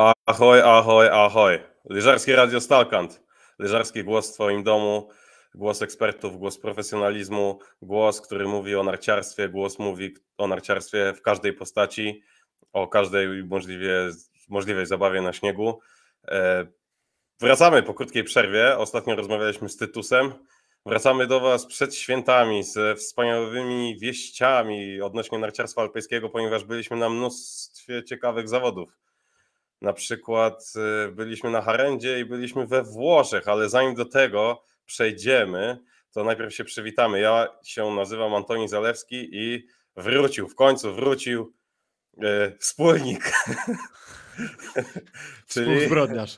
Ahoj, ahoj, ahoj. Lyżarskie Radio Stalkant. Lyżarski głos w twoim domu, głos ekspertów, głos profesjonalizmu, głos, który mówi o narciarstwie, głos mówi o narciarstwie w każdej postaci, o każdej możliwej zabawie na śniegu. Wracamy po krótkiej przerwie. Ostatnio rozmawialiśmy z Tytusem. Wracamy do was przed świętami ze wspaniałymi wieściami odnośnie narciarstwa alpejskiego, ponieważ byliśmy na mnóstwie ciekawych zawodów. Na przykład byliśmy na Harendzie i byliśmy we Włoszech, ale zanim do tego przejdziemy, to najpierw się przywitamy. Ja się nazywam Antoni Zalewski i w końcu wrócił wspólnik. Czyli współzbrodniarz.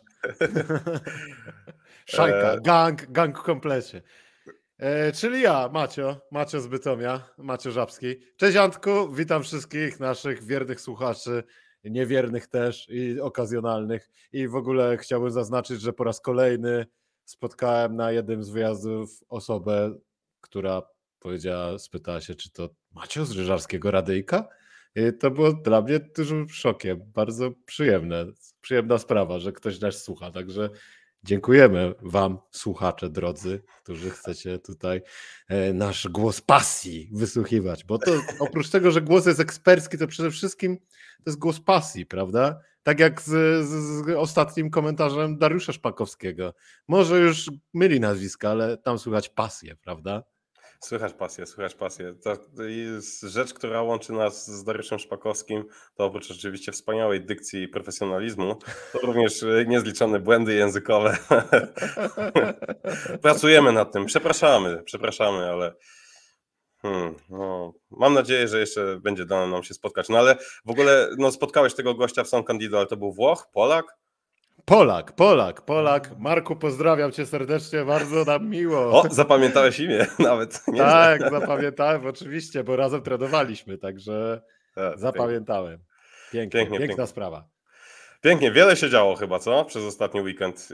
Szajka, gang w komplecie. Czyli ja, Macio z Bytomia, Macio Żabski. Cześć Antku, witam wszystkich naszych wiernych słuchaczy, niewiernych też i okazjonalnych. I w ogóle chciałbym zaznaczyć, że po raz kolejny spotkałem na jednym z wyjazdów osobę, która spytała się, czy to Macio z Ryżarskiego Radyjka? I to było dla mnie dużym szokiem, bardzo przyjemna sprawa, że ktoś nas słucha, także dziękujemy wam, słuchacze drodzy, którzy chcecie tutaj nasz głos pasji wysłuchiwać, bo to oprócz tego, że głos jest ekspercki, to przede wszystkim to jest głos pasji, prawda? Tak jak z ostatnim komentarzem Dariusza Szpakowskiego. Może już myli nazwiska, ale tam słychać pasję, prawda? Słychać pasję. To jest rzecz, która łączy nas z Dariuszem Szpakowskim, to oprócz oczywiście wspaniałej dykcji i profesjonalizmu, to również niezliczone błędy językowe. Pracujemy nad tym, przepraszamy, ale mam nadzieję, że jeszcze będzie dane nam się spotkać. No ale w ogóle spotkałeś tego gościa w San Candido, ale to był Włoch, Polak? Polak. Marku, pozdrawiam cię serdecznie, bardzo nam miło. O, zapamiętałeś imię nawet. Nie tak, zapamiętałem oczywiście, bo razem trenowaliśmy, także zapamiętałem. Piękna sprawa. Pięknie, wiele się działo chyba, co? Przez ostatni weekend.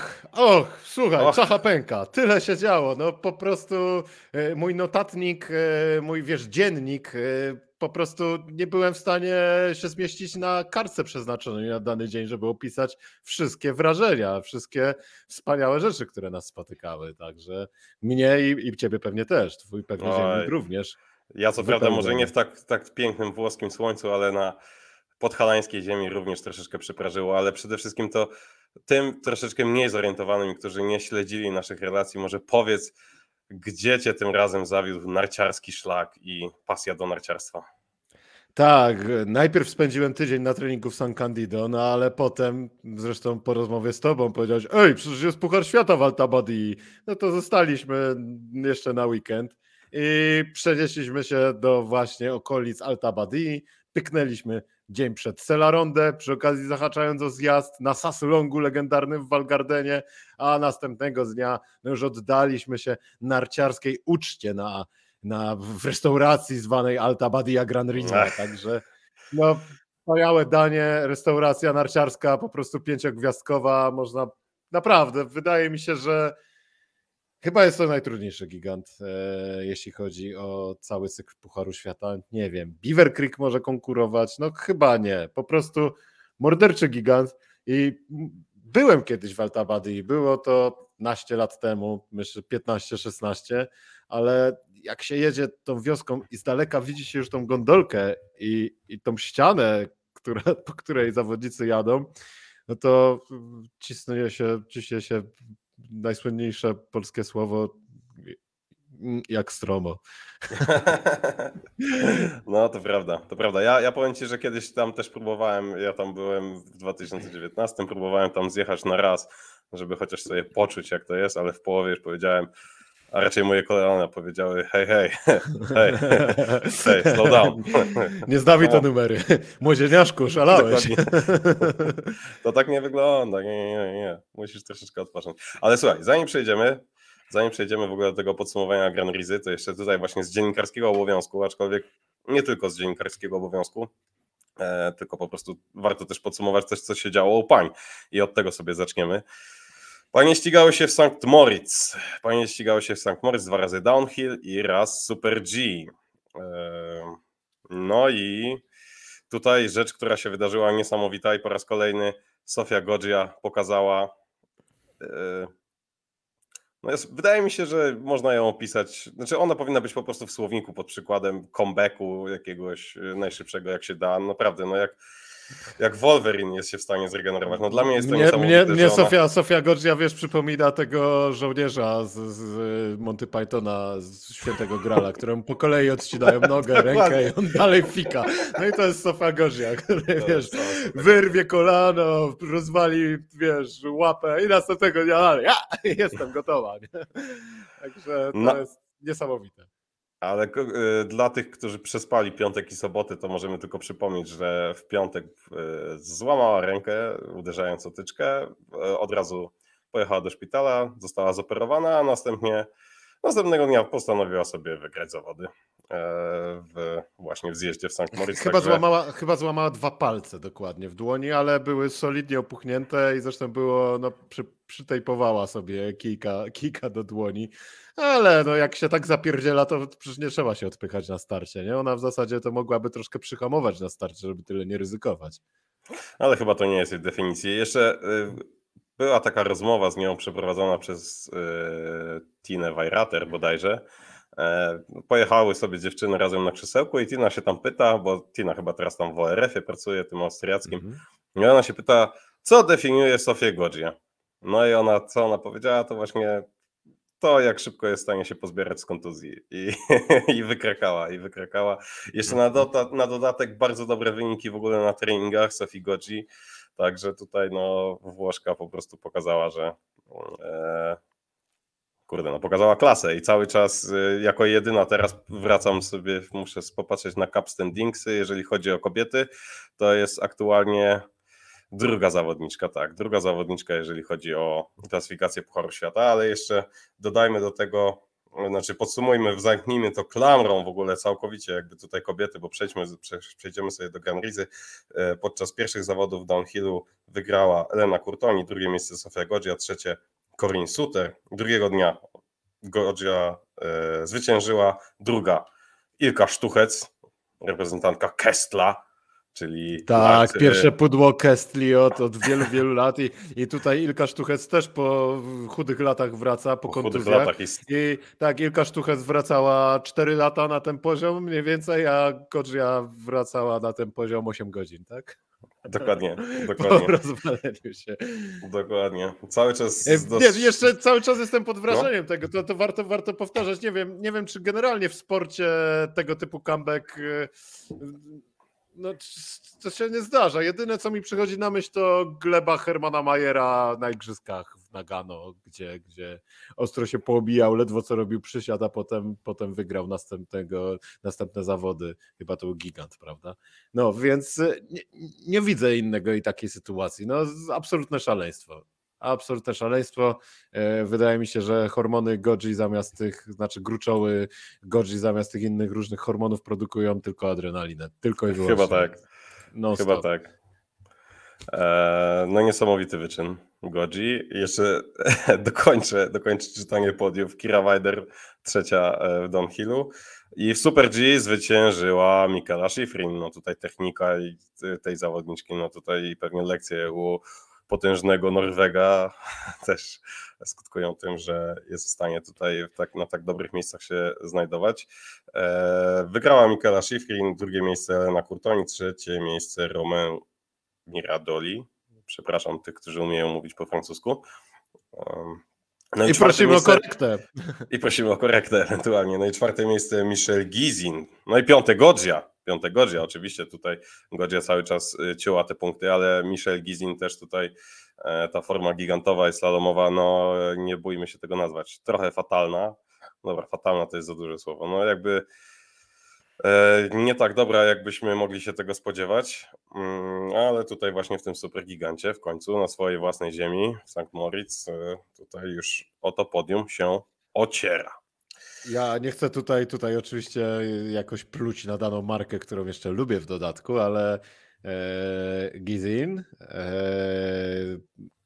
Słuchaj, czacha pęka, tyle się działo, no po prostu mój notatnik, mój dziennik, po prostu nie byłem w stanie się zmieścić na kartce przeznaczonej na dany dzień, żeby opisać wszystkie wrażenia, wszystkie wspaniałe rzeczy, które nas spotykały, także mnie i ciebie pewnie też, twój pewnie dziennik również. Ja co prawda może nie w tak pięknym włoskim słońcu, ale na podhalańskiej ziemi również troszeczkę przyprażyło, ale przede wszystkim to tym troszeczkę mniej zorientowanym, którzy nie śledzili naszych relacji, może powiedz, gdzie cię tym razem zawiódł narciarski szlak i pasja do narciarstwa? Tak, najpierw spędziłem tydzień na treningu w San Candido, no ale potem, zresztą po rozmowie z tobą powiedziałeś, przecież jest Puchar Świata w Alta Badii. No to zostaliśmy jeszcze na weekend i przenieśliśmy się do właśnie okolic Alta Badii, pyknęliśmy dzień przed Selarondę, przy okazji zahaczając o zjazd na Sasulongu legendarnym w Val Gardenie, a następnego dnia już oddaliśmy się narciarskiej uczcie w restauracji zwanej Alta Badia Gran Rina, także wspaniałe danie, restauracja narciarska, po prostu 5-gwiazdkowa, można naprawdę, wydaje mi się, że chyba jest to najtrudniejszy gigant, jeśli chodzi o cały cykl Pucharu Świata. Nie wiem, Beaver Creek może konkurować? No chyba nie. Po prostu morderczy gigant i byłem kiedyś w Alta Badii, było to naście lat temu, myślę 15-16, ale jak się jedzie tą wioską i z daleka widzi się już tą gondolkę i tą ścianę, po której zawodnicy jadą, no to ciśnie się najsłynniejsze polskie słowo jak stromo. No to prawda. Ja powiem ci, że kiedyś tam też próbowałem, ja tam byłem w 2019, próbowałem tam zjechać na raz, żeby chociaż sobie poczuć jak to jest, ale w połowie już powiedziałem, a raczej moje kolana powiedziały hej, slow down. Nie zdawaj te numery. Młodzieniaszku, szalałeś. To tak nie wygląda, nie. Musisz troszeczkę odpocząć. Ale słuchaj, zanim przejdziemy w ogóle do tego podsumowania Gran Rizy, to jeszcze tutaj właśnie z dziennikarskiego obowiązku, aczkolwiek nie tylko z dziennikarskiego obowiązku, tylko po prostu warto też podsumować coś, co się działo u pań i od tego sobie zaczniemy. Panie ścigały się w St. Moritz. 2 razy downhill i raz Super G. No i tutaj rzecz, która się wydarzyła niesamowita i po raz kolejny Sofia Goggia pokazała. Wydaje mi się, że można ją opisać, znaczy ona powinna być po prostu w słowniku pod przykładem comebacku jakiegoś najszybszego jak się da. Naprawdę, no jak Wolverine jest się w stanie zregenerować. No dla mnie jest to niesamowite, Mnie że ona... Sofia Goggia, wiesz, przypomina tego żołnierza z Monty Pythona, z Świętego Grala, któremu po kolei odcinają nogę, rękę i on dalej fika. No i to jest Sofia Goggia, który, wiesz, wyrwie kolano, rozwali, wiesz, łapę i następnego dnia dalej, jestem gotowa. Nie? Także to jest niesamowite. Ale dla tych, którzy przespali piątek i soboty, to możemy tylko przypomnieć, że w piątek złamała rękę, uderzając o tyczkę, od razu pojechała do szpitala, została zoperowana, a następnego dnia postanowiła sobie wygrać zawody właśnie w zjeździe w St. Moritz. Chyba złamała 2 palce dokładnie w dłoni, ale były solidnie opuchnięte i zresztą było, no, przytejpowała sobie kijka do dłoni, ale no, jak się tak zapierdziela, to przecież nie trzeba się odpychać na starcie, nie? Ona w zasadzie to mogłaby troszkę przyhamować na starcie, żeby tyle nie ryzykować. Ale chyba to nie jest jej definicji. Jeszcze była taka rozmowa z nią przeprowadzona przez Tinę Weirater bodajże. Pojechały sobie dziewczyny razem na krzesełku i Tina się tam pyta, bo Tina chyba teraz tam w ORF-ie pracuje, tym austriackim. I ona się pyta, co definiuje Sofię Goggię? No i co ona powiedziała, to właśnie to, jak szybko jest w stanie się pozbierać z kontuzji. I wykrakała. Jeszcze na dodatek bardzo dobre wyniki w ogóle na treningach Sofii Goggi. Także tutaj no Włoszka po prostu pokazała, że pokazała klasę i cały czas jako jedyna teraz wracam sobie, muszę popatrzeć na cup standingsy, jeżeli chodzi o kobiety, to jest aktualnie druga zawodniczka, jeżeli chodzi o klasyfikację Pucharu Świata, ale jeszcze dodajmy do tego, znaczy podsumujmy, zamknijmy to klamrą w ogóle całkowicie jakby tutaj kobiety, bo przejdziemy sobie do Grand Rizy. Podczas pierwszych zawodów downhillu wygrała Elena Curtoni, drugie miejsce Sofia Goggia, trzecie Corinne Suter. Drugiego dnia Goggia zwyciężyła, druga Ilka Sztuchec, reprezentantka Kestla, czyli... Tak, pierwsze pudło Kestli od wielu, wielu lat i tutaj Ilka Sztuchec też po chudych latach wraca, po kontuzjach. I tak, Ilka Sztuchec wracała 4 lata na ten poziom mniej więcej, a Goggia wracała na ten poziom 8 godzin, tak? Dokładnie. Po rozwaleniu się. Dokładnie. Cały czas... Jeszcze cały czas jestem pod wrażeniem tego, to warto powtarzać. Nie wiem, czy generalnie w sporcie tego typu comeback... No, to się nie zdarza. Jedyne, co mi przychodzi na myśl, to gleba Hermana Majera na igrzyskach w Nagano, gdzie ostro się poobijał, ledwo co robił przysiad, a potem wygrał następne zawody. Chyba to był gigant, prawda? No, więc nie widzę innego i takiej sytuacji. No, absolutne szaleństwo. Absolutne szaleństwo. Wydaje mi się, że hormony Goggi zamiast tych, znaczy gruczoły Goggi zamiast tych innych różnych hormonów produkują tylko adrenalinę. Tylko i wyłącznie. Chyba tak. No niesamowity wyczyn Goggi. Jeszcze dokończę czytanie podiów. Kira Weider trzecia w downhillu i w Super G zwyciężyła Mikaela Shiffrin. No tutaj technika tej zawodniczki, no tutaj pewnie lekcje u potężnego Norwega też skutkują tym, że jest w stanie tutaj na tak dobrych miejscach się znajdować. Wygrała Mikaela Shiffrin, drugie miejsce Elena Curtoni, trzecie miejsce Romain Miradoli. Przepraszam tych, którzy umieją mówić po francusku. No i prosimy o korektę. I prosimy o korektę ewentualnie. No i czwarte miejsce Michel Gizin. No i piąte Goggia, oczywiście tutaj Goggia cały czas cięła te punkty, ale Michel Gizin też tutaj ta forma gigantowa i slalomowa, no nie bójmy się tego nazwać, trochę fatalna. Dobra, fatalna to jest za duże słowo. No jakby nie tak dobra, jakbyśmy mogli się tego spodziewać, ale tutaj właśnie w tym super gigancie w końcu na swojej własnej ziemi w St. Moritz tutaj już o to podium się ociera. Ja nie chcę tutaj oczywiście jakoś pluć na daną markę, którą jeszcze lubię w dodatku, ale Gizin,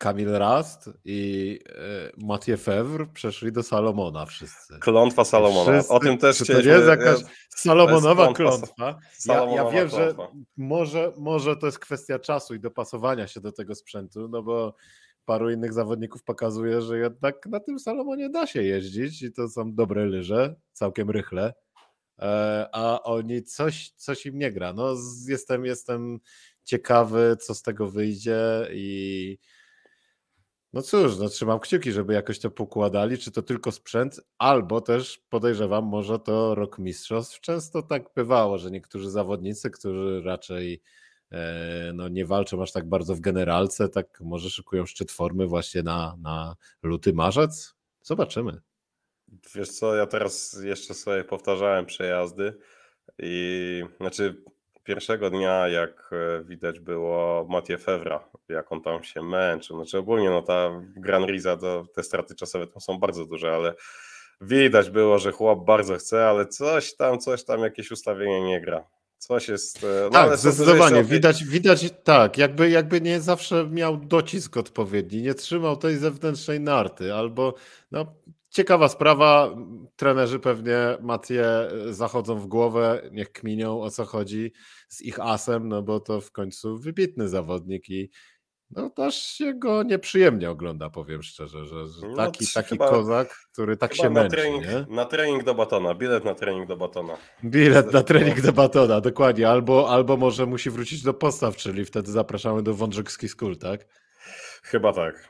Kamil Rast i Mathieu Febvre przeszli do Salomona wszyscy. Klątwa Salomona. Wszyscy, O tym też czy to chcieliśmy... nie jest jakaś Salomonowa klątwa. klątwa? Salomonowa Ja wiem, klątwa. że może to jest kwestia czasu i dopasowania się do tego sprzętu, no bo paru innych zawodników pokazuje, że jednak na tym Salomonie da się jeździć i to są dobre lyże, całkiem rychle, a oni coś im nie gra. No, jestem ciekawy, co z tego wyjdzie i no cóż, no trzymam kciuki, żeby jakoś to pokładali, czy to tylko sprzęt, albo też podejrzewam, może to rok mistrzostw. Często tak bywało, że niektórzy zawodnicy, którzy raczej no, nie walczą aż tak bardzo w generalce, tak może szykują szczyt formy właśnie na luty, marzec. Zobaczymy. Wiesz co, ja teraz jeszcze sobie powtarzałem przejazdy i znaczy pierwszego dnia, jak widać było Mathieu Febvre'a, jak on tam się męczył, znaczy ogólnie no ta Gran Risa, to te straty czasowe tam są bardzo duże, ale widać było, że chłop bardzo chce, ale coś tam, jakieś ustawienie nie gra. Coś jest... No tak, ale zdecydowanie. Widać tak, jakby nie zawsze miał docisk odpowiedni, nie trzymał tej zewnętrznej narty, albo no, ciekawa sprawa, trenerzy pewnie Mathieu zachodzą w głowę, niech kminią o co chodzi z ich asem, no bo to w końcu wybitny zawodnik i no też się go nieprzyjemnie ogląda, powiem szczerze, że No, taki chyba- kozak, który tak się męczy, nie? na trening do Batona, bilet na trening do Batona. Bilet na trening do Batona, dokładnie. Albo może musi wrócić do podstaw, czyli wtedy zapraszamy do Wądrzykski School, tak? Chyba tak.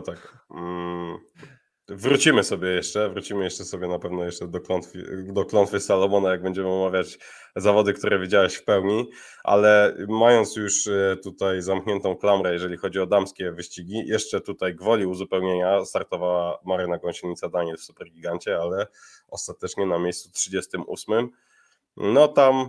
Wrócimy jeszcze sobie na pewno jeszcze do klątwy Salomona, jak będziemy omawiać zawody, które widziałeś w pełni, ale mając już tutaj zamkniętą klamrę, jeżeli chodzi o damskie wyścigi, jeszcze tutaj gwoli uzupełnienia startowała Maryna Gąsienica-Daniel w Supergigancie, ale ostatecznie na miejscu 38. No tam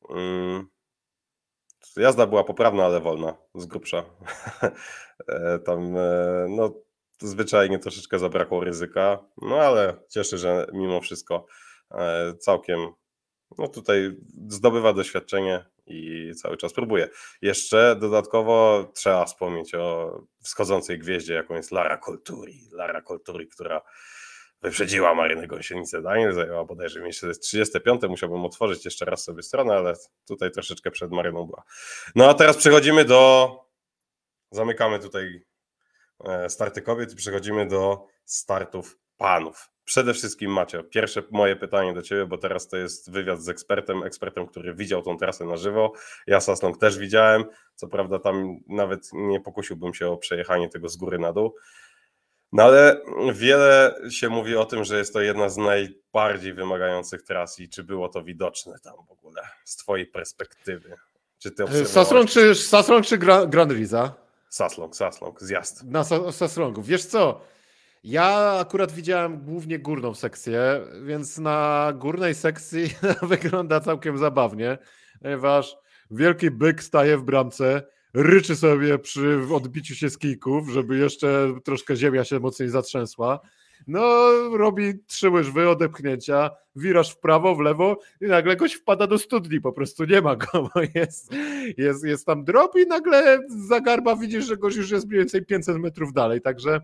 jazda była poprawna, ale wolna, z grubsza. Tam no zwyczajnie troszeczkę zabrakło ryzyka, no ale cieszę, że mimo wszystko całkiem no tutaj zdobywa doświadczenie i cały czas próbuje. Jeszcze dodatkowo trzeba wspomnieć o wschodzącej gwieździe, jaką jest Lara Colturi, która wyprzedziła Marynę Gąsienicę. Daniel zajęła bodajże miejsce 35, musiałbym otworzyć jeszcze raz sobie stronę, ale tutaj troszeczkę przed Maryną była. No a teraz zamykamy tutaj starty kobiet i przechodzimy do startów panów. Przede wszystkim Macio, pierwsze moje pytanie do Ciebie, bo teraz to jest wywiad z ekspertem, który widział tą trasę na żywo. Ja Sasnong też widziałem, co prawda tam nawet nie pokusiłbym się o przejechanie tego z góry na dół. No ale wiele się mówi o tym, że jest to jedna z najbardziej wymagających tras i czy było to widoczne tam w ogóle z Twojej perspektywy? Czy Ty obserwowałeś... Sasrong czy Gran Risa? Saslong, zjazd. Na Sasrongu. Wiesz co? Ja akurat widziałem głównie górną sekcję, więc na górnej sekcji wygląda całkiem zabawnie, ponieważ wielki byk staje w bramce, ryczy sobie przy odbiciu się z kijków, żeby jeszcze troszkę ziemia się mocniej zatrzęsła. No, robi 3 łyżwy, odepchnięcia, wiraż w prawo, w lewo i nagle goś wpada do studni, po prostu nie ma go, bo jest tam drop i nagle za garba widzisz, że goś już jest mniej więcej 500 metrów dalej, także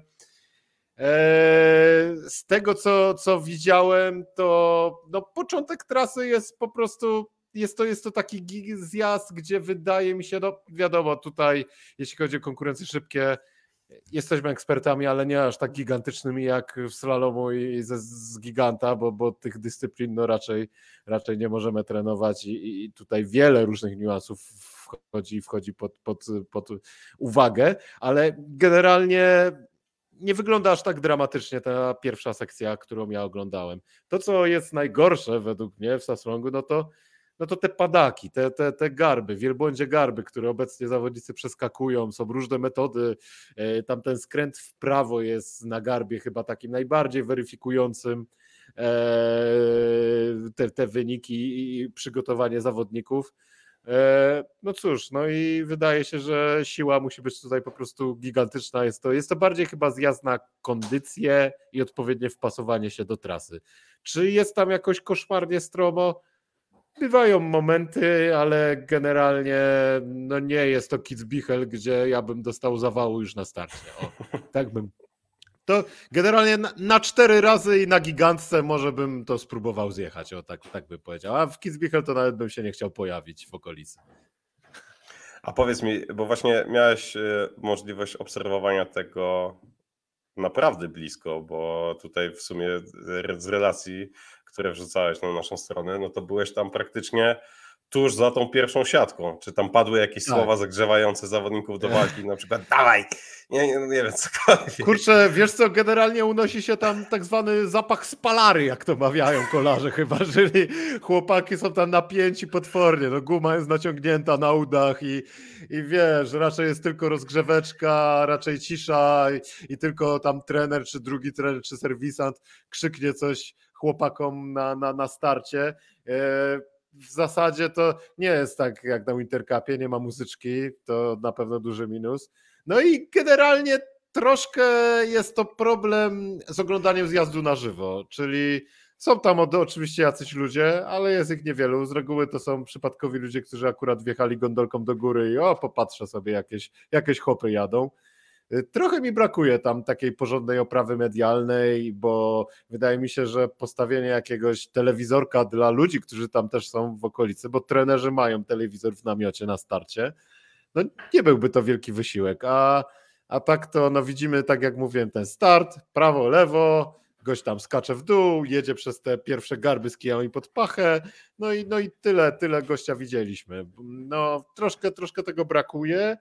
z tego, co widziałem, to no, początek trasy jest po prostu, jest to taki zjazd, gdzie wydaje mi się, no wiadomo, tutaj jeśli chodzi o konkurencje szybkie, jesteśmy ekspertami, ale nie aż tak gigantycznymi jak w slalomu i z giganta, bo tych dyscyplin no raczej nie możemy trenować i tutaj wiele różnych niuansów wchodzi pod uwagę, ale generalnie nie wygląda aż tak dramatycznie ta pierwsza sekcja, którą ja oglądałem. To, co jest najgorsze według mnie w Sasrongu, no to te padaki, te garby, wielbłądzie garby, które obecnie zawodnicy przeskakują, są różne metody, tam ten skręt w prawo jest na garbie chyba takim najbardziej weryfikującym te wyniki i przygotowanie zawodników. No cóż, no i wydaje się, że siła musi być tutaj po prostu gigantyczna. Jest to bardziej chyba zjazd na kondycję i odpowiednie wpasowanie się do trasy. Czy jest tam jakoś koszmarnie stromo? Bywają momenty, ale generalnie no nie jest to Kitzbühel, gdzie ja bym dostał zawału już na starcie. O, tak bym. To generalnie na 4 razy i na gigantce może bym to spróbował zjechać, o tak bym powiedział. A w Kitzbühel to nawet bym się nie chciał pojawić w okolicy. A powiedz mi, bo właśnie miałeś możliwość obserwowania tego naprawdę blisko, bo tutaj w sumie z relacji, które wrzucałeś na naszą stronę, no to byłeś tam praktycznie tuż za tą pierwszą siatką. Czy tam padły jakieś Tak. słowa zagrzewające zawodników do walki, na przykład dawaj, nie wiem, cokolwiek. Kurczę, wiesz co, generalnie unosi się tam tak zwany zapach spalary, jak to mawiają kolarze chyba, czyli chłopaki są tam napięci potwornie, no guma jest naciągnięta na udach i wiesz, raczej jest tylko rozgrzeweczka, raczej cisza i tylko tam trener, czy drugi trener, czy serwisant krzyknie coś chłopakom na starcie. W zasadzie to nie jest tak jak na Winter Cupie, nie ma muzyczki, to na pewno duży minus. No i generalnie troszkę jest to problem z oglądaniem zjazdu na żywo, czyli są tam oczywiście jacyś ludzie, ale jest ich niewielu. Z reguły to są przypadkowi ludzie, którzy akurat wjechali gondolką do góry i popatrzę sobie, jakieś chłopy jadą. Trochę mi brakuje tam takiej porządnej oprawy medialnej, bo wydaje mi się, że postawienie jakiegoś telewizorka dla ludzi, którzy tam też są w okolicy, bo trenerzy mają telewizor w namiocie na starcie, no nie byłby to wielki wysiłek, a tak to no widzimy, tak jak mówiłem, ten start, prawo, lewo, gość tam skacze w dół, jedzie przez te pierwsze garby z kijami pod pachę, no i tyle gościa widzieliśmy. No troszkę tego brakuje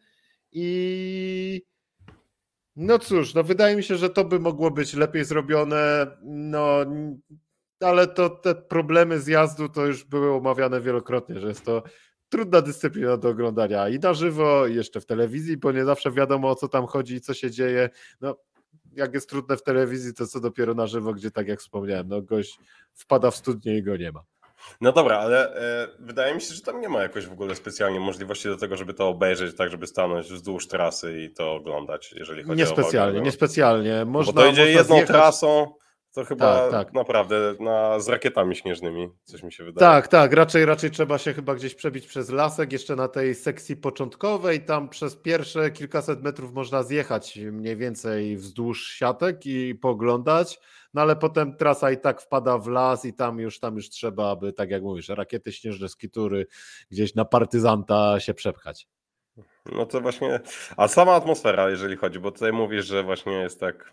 i no cóż, no wydaje mi się, że to by mogło być lepiej zrobione, no ale to te problemy zjazdu to już były omawiane wielokrotnie, że jest to trudna dyscyplina do oglądania i na żywo, i jeszcze w telewizji, bo nie zawsze wiadomo, o co tam chodzi i co się dzieje. No, jak jest trudne w telewizji, to co dopiero na żywo, gdzie tak jak wspomniałem, no gość wpada w studnię i go nie ma. No dobra, ale wydaje mi się, że tam nie ma jakoś w ogóle specjalnie możliwości do tego, żeby to obejrzeć, tak żeby stanąć wzdłuż trasy i to oglądać, jeżeli chodzi o Niespecjalnie. Bo to idzie jedną zjechać trasą, to chyba tak. Naprawdę z rakietami śnieżnymi, coś mi się wydaje. Tak, raczej trzeba się chyba gdzieś przebić przez lasek, jeszcze na tej sekcji początkowej, tam przez pierwsze kilkaset metrów można zjechać mniej więcej wzdłuż siatek i pooglądać, no ale potem trasa i tak wpada w las i tam już trzeba, aby tak jak mówisz, rakiety śnieżne, skitury gdzieś na partyzanta się przepchać. No to właśnie, a sama atmosfera, jeżeli chodzi, bo tutaj mówisz, że właśnie jest tak...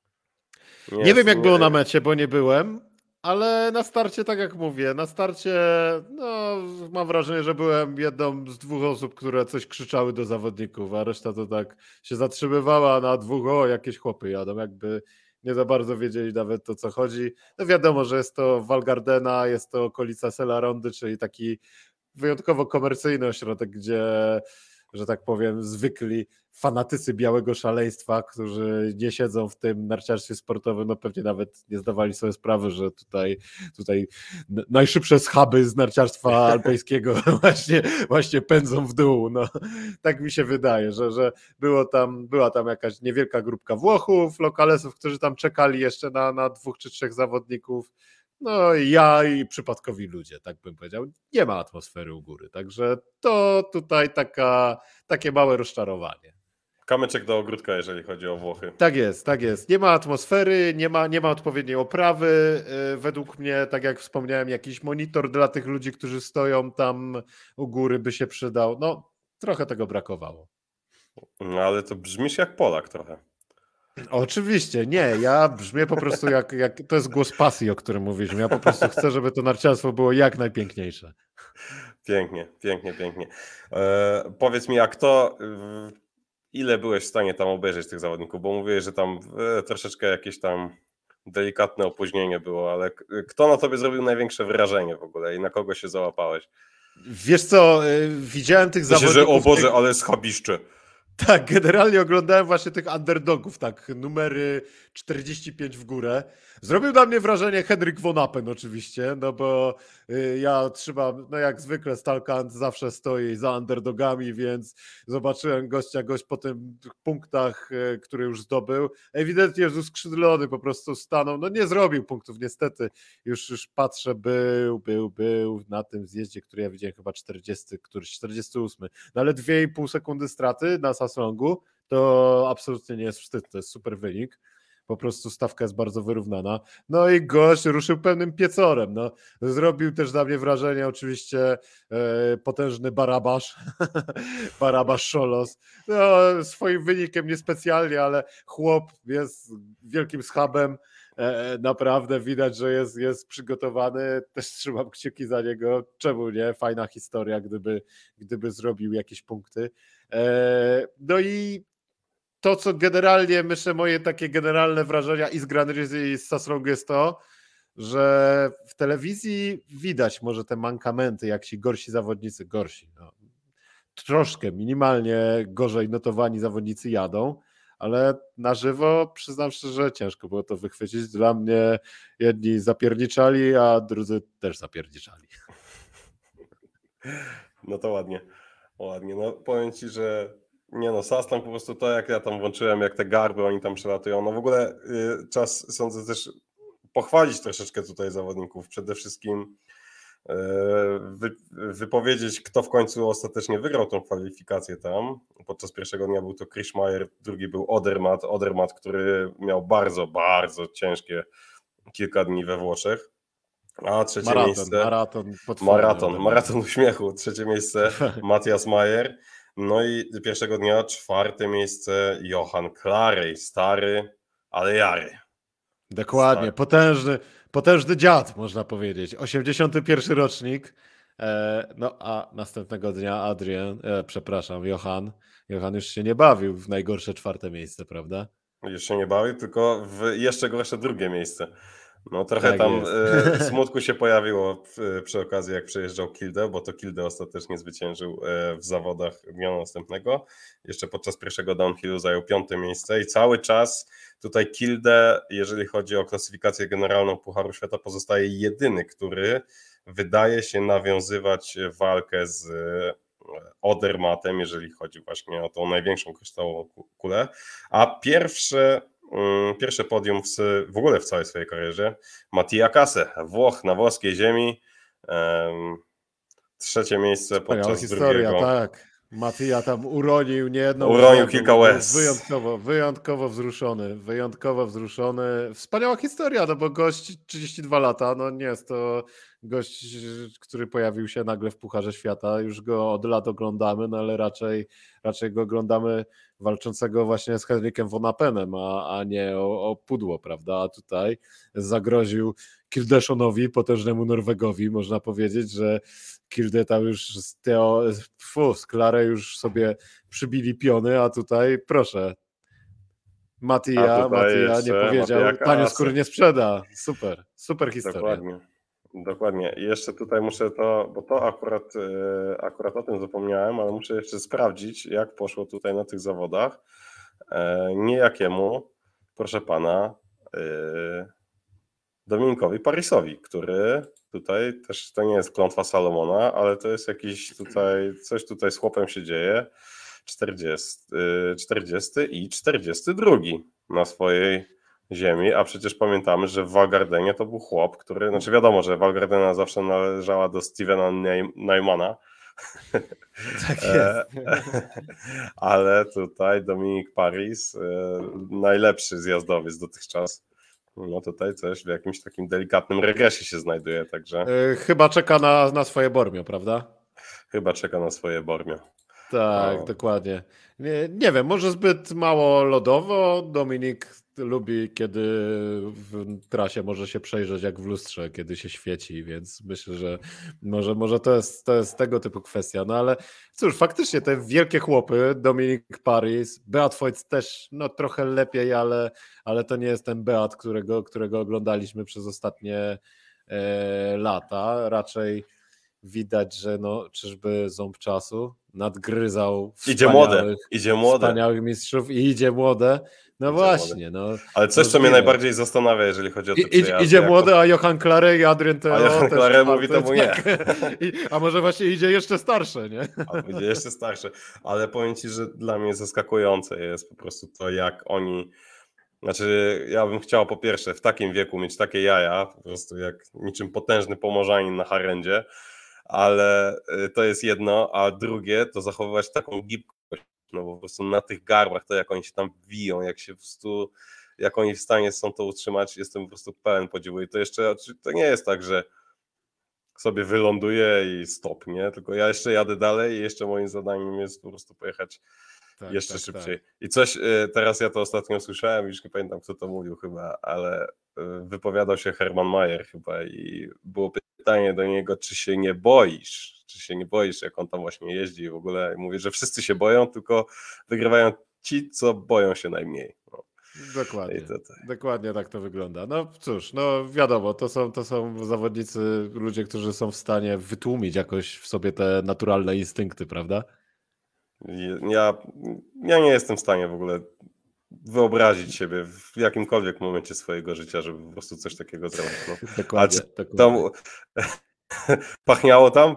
Nie wiem jak było na mecie, bo nie byłem, ale na starcie, tak jak mówię, na starcie no, mam wrażenie, że byłem jedną z 2 osób, które coś krzyczały do zawodników, a reszta to tak się zatrzymywała na 2, jakieś chłopy jadą, jakby nie za bardzo wiedzieli nawet o co chodzi. No wiadomo, że jest to Val Gardena, jest to okolica Sella Rondy, czyli taki wyjątkowo komercyjny ośrodek, gdzie, że tak powiem, zwykli fanatycy białego szaleństwa, którzy nie siedzą w tym narciarstwie sportowym, no pewnie nawet nie zdawali sobie sprawy, że tutaj najszybsze schaby z narciarstwa alpejskiego właśnie pędzą w dół. No, tak mi się wydaje, że była tam jakaś niewielka grupka Włochów, lokalesów, którzy tam czekali jeszcze na 2 czy 3 zawodników. No i ja i przypadkowi ludzie, tak bym powiedział. Nie ma atmosfery u góry, także to tutaj takie małe rozczarowanie. Kamyczek do ogródka, jeżeli chodzi o Włochy. Tak jest. Nie ma atmosfery, nie ma odpowiedniej oprawy. Według mnie, tak jak wspomniałem, jakiś monitor dla tych ludzi, którzy stoją tam u góry by się przydał. No, trochę tego brakowało. No ale to brzmisz jak Polak trochę. Oczywiście, nie, ja brzmię po prostu jak to jest głos pasji, o którym mówiliśmy. Ja po prostu chcę, żeby to narciarstwo było jak najpiękniejsze. Pięknie. Powiedz mi, ile byłeś w stanie tam obejrzeć tych zawodników, bo mówiłeś, że tam troszeczkę jakieś tam delikatne opóźnienie było, ale kto na tobie zrobił największe wrażenie w ogóle i na kogo się załapałeś? Wiesz co, widziałem tych zawodników... Że o Boże, ale schabiszcze. Tak, generalnie oglądałem właśnie tych underdogów, tak, numery 45 w górę. Zrobił na mnie wrażenie Henryk von Appen oczywiście, no bo ja trzymam, no jak zwykle Stalkant zawsze stoi za underdogami, więc zobaczyłem gość po tych punktach, które już zdobył. Ewidentnie już skrzydlony po prostu stanął, no nie zrobił punktów niestety, już patrzę, był na tym zjeździe, który ja widziałem chyba 40, któryś 48, no ale 2,5 sekundy straty na Sasongu to absolutnie nie jest wstyd, to jest super wynik. Po prostu stawka jest bardzo wyrównana. No i gość ruszył pełnym piecorem. No. Zrobił też na mnie wrażenie oczywiście potężny Barabasz. Barabasz Szolos. No, swoim wynikiem niespecjalnie, ale chłop jest wielkim schabem. Naprawdę widać, że jest przygotowany. Też trzymam kciuki za niego. Czemu nie? Fajna historia, gdyby zrobił jakieś punkty. No i to, co generalnie, myślę, moje takie generalne wrażenia i z Grand Rizzy i z Sasrongu jest to, że w telewizji widać może te mankamenty, jak ci gorsi zawodnicy, no, troszkę, minimalnie gorzej notowani zawodnicy jadą, ale na żywo przyznam szczerze, że ciężko było to wychwycić. Dla mnie jedni zapierniczali, a drudzy też zapierniczali. No to ładnie. No powiem Ci, że nie no, Saslang po prostu to, jak ja tam włączyłem, jak te garby oni tam przelatują, no w ogóle czas, sądzę, też pochwalić troszeczkę tutaj zawodników. Przede wszystkim wypowiedzieć, kto w końcu ostatecznie wygrał tą kwalifikację tam. Podczas pierwszego dnia był to Krischmaier, drugi był Odermatt, który miał bardzo, bardzo ciężkie kilka dni we Włoszech. A trzecie miejsce... Maraton uśmiechu. Trzecie miejsce Matthias Mayer. No i pierwszego dnia czwarte miejsce Johan Clarej. Stary, ale jary. Dokładnie. Potężny dziad, można powiedzieć. 81 rocznik. No a następnego dnia Johan już się nie bawił w najgorsze czwarte miejsce, prawda? Już się nie bawił, tylko w jeszcze gorsze drugie miejsce. No trochę tak tam smutku się pojawiło przy okazji, jak przejeżdżał Kilde, bo to Kilde ostatecznie zwyciężył w zawodach dnia następnego. Jeszcze podczas pierwszego downhillu zajął 5. miejsce i cały czas tutaj Kilde, jeżeli chodzi o klasyfikację generalną Pucharu Świata, pozostaje jedyny, który wydaje się nawiązywać walkę z Odermattem, jeżeli chodzi właśnie o tą największą kryształową kulę, a pierwsze podium w ogóle w całej swojej karierze Mattia Kase, Włoch na włoskiej ziemi, trzecie miejsce podczas historia, drugiego. Tak. Mattia tam uronił niejedną. Uronił kilka łez. Wyjątkowo wzruszony. Wspaniała historia, no bo gość 32 lata, no nie jest to gość, który pojawił się nagle w Pucharze Świata. Już go od lat oglądamy, no ale raczej go oglądamy walczącego właśnie z Henrykiem von Appenem, a nie o pudło, prawda? A tutaj zagroził Kildeszonowi, potężnemu Norwegowi. Można powiedzieć, że Kilde tam już z Klarę już sobie przybili piony, a tutaj proszę, Mattia nie powiedział, tanio skóry nie sprzeda. Super historia. Dokładnie. I jeszcze tutaj muszę bo to akurat o tym zapomniałem, ale muszę jeszcze sprawdzić, jak poszło tutaj na tych zawodach. Niejakiemu, proszę pana, Dominikowi Parisowi, który tutaj też, to nie jest klątwa Salomona, ale to jest jakiś tutaj, coś tutaj z chłopem się dzieje, 40 i 42 na swojej ziemi, a przecież pamiętamy, że w Val Gardenie to był chłop, który, znaczy wiadomo, że Val Gardena zawsze należała do Stevena Neumana, tak jest. ale tutaj Dominik Paris, najlepszy zjazdowiec dotychczas. No tutaj coś w jakimś takim delikatnym regresie się znajduje, także... Chyba czeka na swoje Bormio, prawda? Chyba czeka na swoje Bormio. Tak, dokładnie. Nie wiem, może zbyt mało lodowo. Dominik lubi, kiedy w trasie może się przejrzeć jak w lustrze, kiedy się świeci, więc myślę, że może to jest tego typu kwestia. No ale cóż, faktycznie te wielkie chłopy, Dominik Paris, Beat Feuz też no, trochę lepiej, ale to nie jest ten Beat, którego oglądaliśmy przez ostatnie lata. Raczej widać, że no, czyżby ząb czasu nadgryzał wspaniałych mistrzów i idzie młode. No Idzie młody. właśnie, no. Ale coś, co mnie najbardziej zastanawia, jeżeli chodzi o te przejazdy. Idzie młody, a Johan Clare i Adrien Theo A Johan też Clare mówi czwarty, temu nie. A może właśnie idzie jeszcze starsze, nie? A będzie jeszcze starszy. Ale powiem ci, że dla mnie zaskakujące jest po prostu to, jak oni... Znaczy, ja bym chciał po pierwsze w takim wieku mieć takie jaja, po prostu jak niczym potężny Pomorzanin na harendzie, ale to jest jedno, a drugie to zachowywać taką gibkość, no po prostu na tych garbach, to jak oni się tam wiją, jak się po prostu, jak oni w stanie są to utrzymać, jestem po prostu pełen podziwu i to jeszcze, to nie jest tak, że sobie wyląduję i stop, nie? Tylko ja jeszcze jadę dalej i jeszcze moim zadaniem jest po prostu pojechać jeszcze szybciej. Tak. I coś, teraz ja to ostatnio słyszałem, już nie pamiętam kto to mówił chyba, ale wypowiadał się Hermann Mayer chyba i było pytanie do niego, czy się nie boisz, jak on tam właśnie jeździ i w ogóle mówi, że wszyscy się boją, tylko wygrywają ci, co boją się najmniej. No. Dokładnie. Dokładnie tak to wygląda. No cóż, no wiadomo, to są zawodnicy, ludzie, którzy są w stanie wytłumić jakoś w sobie te naturalne instynkty, prawda? Ja nie jestem w stanie w ogóle wyobrazić siebie w jakimkolwiek momencie swojego życia, żeby po prostu coś takiego zrobić. No. Dokładnie. Pachniało tam?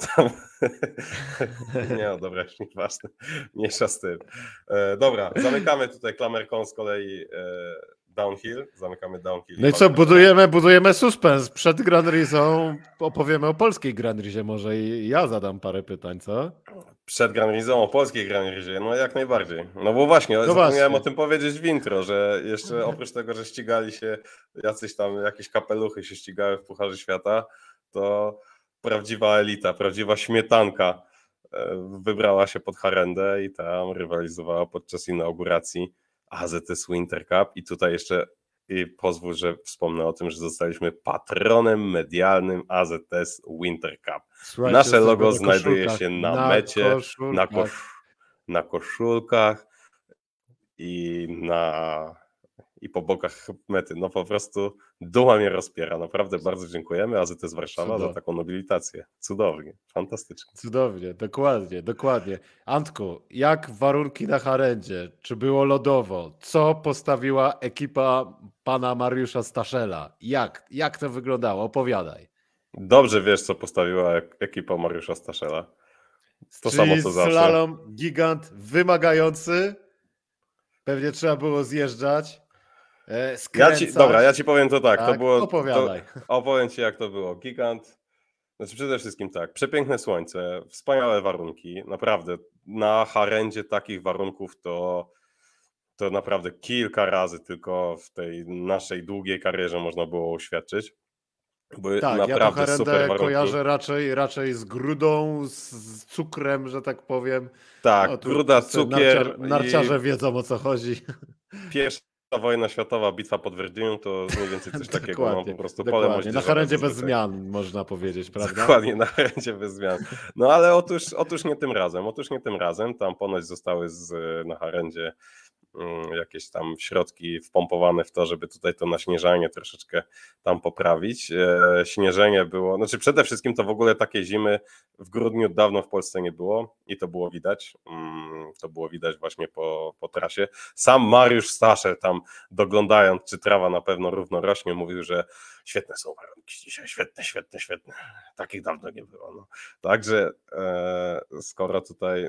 Nie, no dobra, już nieważne. Mniejsza z tym. Dobra, zamykamy tutaj klamerką z kolei downhill. Zamykamy downhill. No i co, budujemy suspens. Przed Grand Rizą opowiemy o polskiej Grand Rizie może i ja zadam parę pytań, co? Przed Grand Rizą o polskiej Grand Rizie, no jak najbardziej. No bo właśnie, zapomniałem o tym powiedzieć w intro, że jeszcze oprócz tego, że ścigali się jakieś kapeluchy się ścigały w Pucharze Świata, to prawdziwa elita, prawdziwa śmietanka wybrała się pod harendę i tam rywalizowała podczas inauguracji AZS Winter Cup i tutaj jeszcze pozwól, że wspomnę o tym, że zostaliśmy patronem medialnym AZS Winter Cup. Słuchajcie, nasze logo znajduje się na mecie, na koszulkach i po bokach mety. No po prostu duma mnie rozpiera. Naprawdę bardzo dziękujemy AZS Warszawa za taką nobilitację. Cudownie, fantastycznie. Cudownie, dokładnie. Antku, jak warunki na harendzie? Czy było lodowo? Co postawiła ekipa pana Mariusza Staszela? Jak to wyglądało? Opowiadaj. Dobrze wiesz, co postawiła ekipa Mariusza Staszela. To samo co zawsze. Slalom gigant wymagający. Pewnie trzeba było zjeżdżać. Ja ci powiem to tak. To było, opowiadaj. Opowiem ci, jak to było. Gigant. Znaczy przede wszystkim tak, przepiękne słońce, wspaniałe warunki. Naprawdę na harendzie takich warunków to naprawdę kilka razy tylko w tej naszej długiej karierze można było uświadczyć. Były tak, naprawdę ja to harendę super warunki. Kojarzę raczej z grudą, z cukrem, że tak powiem. Tak, no, gruda, cukier. Narciarze wiedzą, o co chodzi. Pierwsza wojna światowa, bitwa pod Verdun, to mniej więcej coś takiego. No, po prostu pole na harendzie bez zmian, można powiedzieć, prawda? Dokładnie, na harendzie bez zmian. No ale otóż nie tym razem. Tam ponoć zostały na harendzie jakieś tam środki wpompowane w to, żeby tutaj to naśnieżanie troszeczkę tam poprawić. Śnieżenie było, znaczy przede wszystkim to w ogóle takiej zimy w grudniu dawno w Polsce nie było i to było widać. To było widać właśnie po trasie. Sam Mariusz Staszel tam doglądając, czy trawa na pewno równo rośnie, mówił, że świetne są warunki dzisiaj, świetne. Takich dawno nie było. No. Także skoro tutaj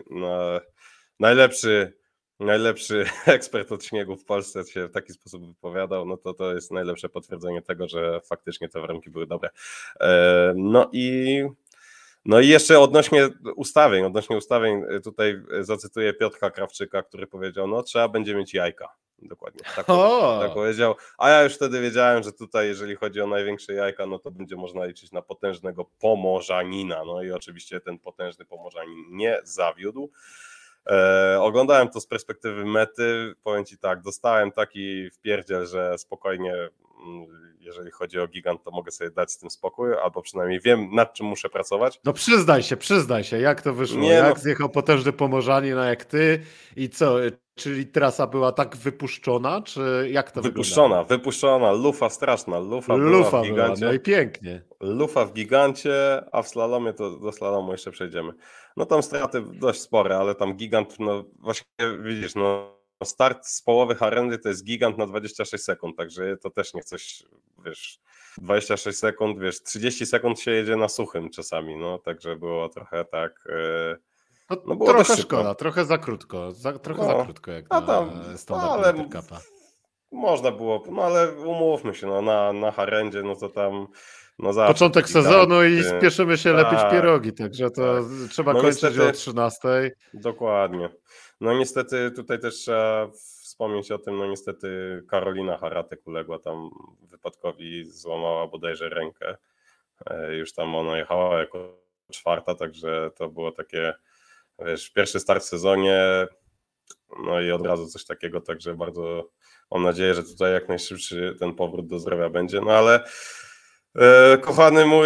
najlepszy ekspert od śniegu w Polsce się w taki sposób wypowiadał, no to jest najlepsze potwierdzenie tego, że faktycznie te warunki były dobre. No i jeszcze odnośnie ustawień tutaj zacytuję Piotrka Krawczyka, który powiedział, no trzeba będzie mieć jajka. Dokładnie, tak powiedział. A ja już wtedy wiedziałem, że tutaj jeżeli chodzi o największe jajka, no to będzie można liczyć na potężnego Pomorzanina. No i oczywiście ten potężny Pomorzanin nie zawiódł. Oglądałem to z perspektywy mety, powiem ci tak, dostałem taki wpierdziel, że spokojnie, jeżeli chodzi o gigant, to mogę sobie dać z tym spokój, albo przynajmniej wiem, nad czym muszę pracować. No przyznaj się, jak to wyszło, jak zjechał potężny Pomorzanin, a jak ty i co, czyli trasa była tak wypuszczona, czy jak to Wypuszczona, lufa straszna, lufa w gigancie. No i pięknie. Lufa w gigancie, a w slalomie to do slalomu jeszcze przejdziemy. No tam straty dość spore, ale tam gigant, no właśnie widzisz, no start z połowy Harendy to jest gigant na 26 sekund, także to też nie coś, wiesz, 26 sekund, wiesz, 30 sekund się jedzie na suchym czasami, no, także było trochę tak, no było dość Trochę szybko. szkoda, trochę za krótko, trochę za krótko jak a na tam, standard ale Intercupa. można było, no ale umówmy się, no na Harendzie, no to tam, no zawsze Początek te giganty, sezonu i spieszymy się lepić tak, pierogi, także to tak. trzeba No kończyć niestety, o 13. dokładnie. No niestety tutaj też trzeba wspomnieć o tym, no niestety Karolina Haratek uległa tam wypadkowi, złamała bodajże rękę. Już tam ona jechała jako czwarta, także to było takie, wiesz, pierwszy start w sezonie, no i od razu coś takiego, także bardzo mam nadzieję, że tutaj jak najszybszy ten powrót do zdrowia będzie, no ale kochany mój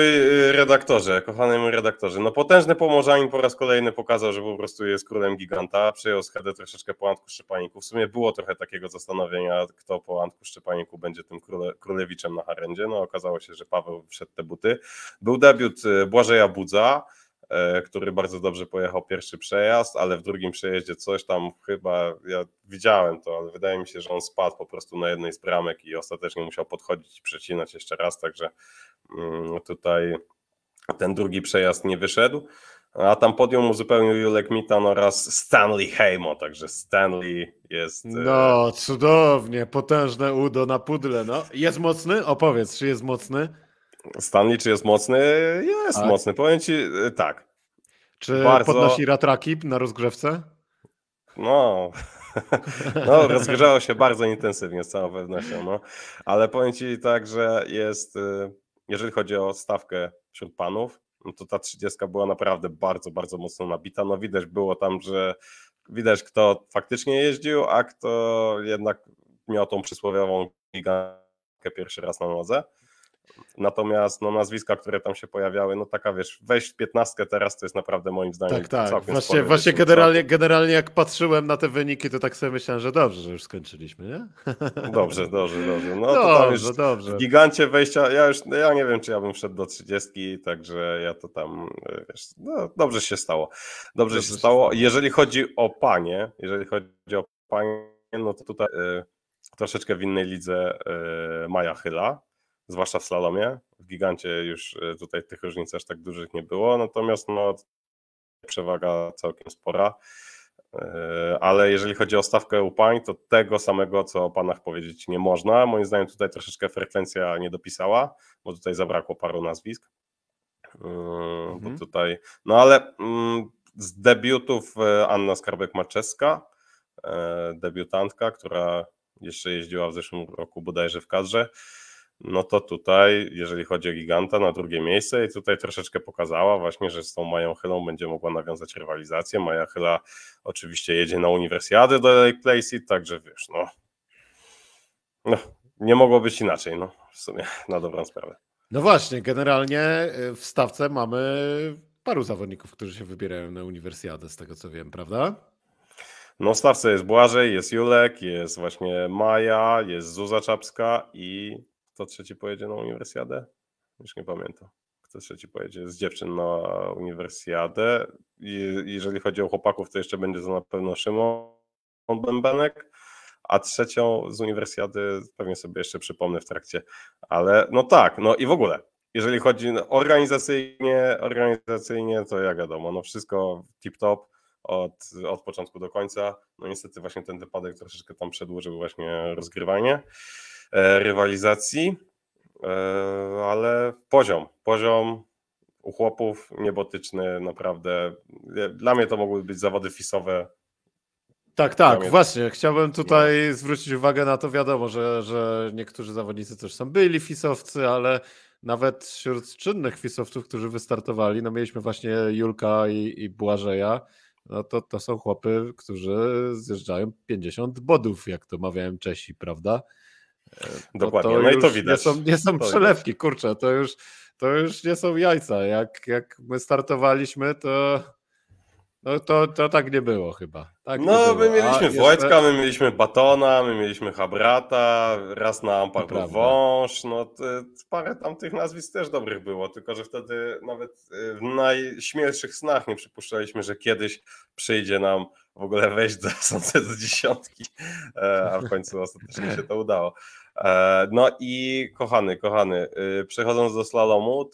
redaktorze, no potężny Pomorzanin po raz kolejny pokazał, że po prostu jest królem giganta, przejął schedę troszeczkę po Antku Szczepaniku, w sumie było trochę takiego zastanowienia, kto po Antku Szczepaniku będzie tym królewiczem na Harendzie, no okazało się, że Paweł wszedł te buty. Był debiut Błażeja Budza, który bardzo dobrze pojechał pierwszy przejazd, ale w drugim przejeździe coś tam chyba, ja widziałem to, ale wydaje mi się, że on spadł po prostu na jednej z bramek i ostatecznie musiał podchodzić i przecinać jeszcze raz, także tutaj ten drugi przejazd nie wyszedł, a tam podium uzupełnił Julek Mitan oraz Stanley Hejmo, także Stanley jest... No, cudownie, potężne udo na pudle, no. Jest mocny? Opowiedz, czy jest mocny? Stanley, czy jest mocny? Jest Tak. mocny, powiem Ci tak. Czy Bardzo... podnosi ratraki na rozgrzewce? No, no, rozgrzało się bardzo intensywnie z całą pewnością, no. Ale powiem Ci tak, że jest, jeżeli chodzi o stawkę wśród panów, no to ta 30 była naprawdę bardzo, bardzo mocno nabita. No widać było tam, że widać kto faktycznie jeździł, a kto jednak miał tą przysłowiową gigantkę pierwszy raz na nodze. Natomiast no, nazwiska, które tam się pojawiały, no taka wiesz, wejść w 15 teraz to jest naprawdę moim zdaniem Tak. całkiem Właśnie spory generalnie jak patrzyłem na te wyniki, to tak sobie myślałem, że dobrze, że już skończyliśmy, nie? Dobrze. No to tam już dobrze. w gigancie wejścia, ja nie wiem, czy ja bym wszedł do 30, także ja to tam, wiesz, no dobrze się stało. Dobrze się stało. Jeżeli chodzi o panie, no to tutaj troszeczkę w innej lidze Maja Chyla, zwłaszcza w slalomie. W gigancie już tutaj tych różnic aż tak dużych nie było, natomiast no przewaga całkiem spora. Ale jeżeli chodzi o stawkę u pań, to tego samego, co o panach powiedzieć nie można. Moim zdaniem tutaj troszeczkę frekwencja nie dopisała, bo tutaj zabrakło paru nazwisk. Bo tutaj, no ale z debiutów Anna Skarbek-Marczewska, debiutantka, która jeszcze jeździła w zeszłym roku bodajże w kadrze, no to tutaj, jeżeli chodzi o giganta, na drugie miejsce i tutaj troszeczkę pokazała właśnie, że z tą Mają Chylą będzie mogła nawiązać rywalizację. Maja Chyla oczywiście jedzie na uniwersjadę do Lake Placid, także wiesz, no nie mogło być inaczej, no w sumie na dobrą sprawę. No właśnie, generalnie w stawce mamy paru zawodników, którzy się wybierają na uniwersjadę, z tego co wiem, prawda? No w stawce jest Błażej, jest Julek, jest właśnie Maja, jest Zuza Czapska i kto trzeci pojedzie na uniwersjadę? Już nie pamiętam. Kto trzeci pojedzie z dziewczyn na uniwersjadę. I jeżeli chodzi o chłopaków, to jeszcze będzie to na pewno Szymon Bębenek, a trzecią z uniwersjady pewnie sobie jeszcze przypomnę w trakcie. Ale no tak, no i w ogóle, jeżeli chodzi organizacyjnie, to jak wiadomo, no wszystko tip-top od początku do końca. No niestety właśnie ten wypadek troszeczkę tam przedłużył właśnie rozgrywanie rywalizacji, ale poziom u chłopów niebotyczny, naprawdę. Dla mnie to mogły być zawody fisowe. Tak, właśnie. Chciałbym tutaj zwrócić uwagę na to, wiadomo, że niektórzy zawodnicy też są byli fisowcy, ale nawet wśród czynnych fisowców, którzy wystartowali, no mieliśmy właśnie Julka i Błażeja, no to są chłopy, którzy zjeżdżają 50 bodów, jak to mawiałem Czesi, prawda? Dokładnie, no i to widać. Nie są przelewki, widać. Kurczę, to już nie są jajca. Jak my startowaliśmy, to tak nie było chyba. Tak no my mieliśmy Wojtka, my mieliśmy Batona, my mieliśmy Habrata, raz na Ampach był Wąż, no parę tam tych nazwisk też dobrych było, tylko że wtedy nawet w najśmielszych snach nie przypuszczaliśmy, że kiedyś przyjdzie nam w ogóle wejść do sądzę do 10, a w końcu ostatecznie się to udało. No i kochany, przechodząc do slalomu,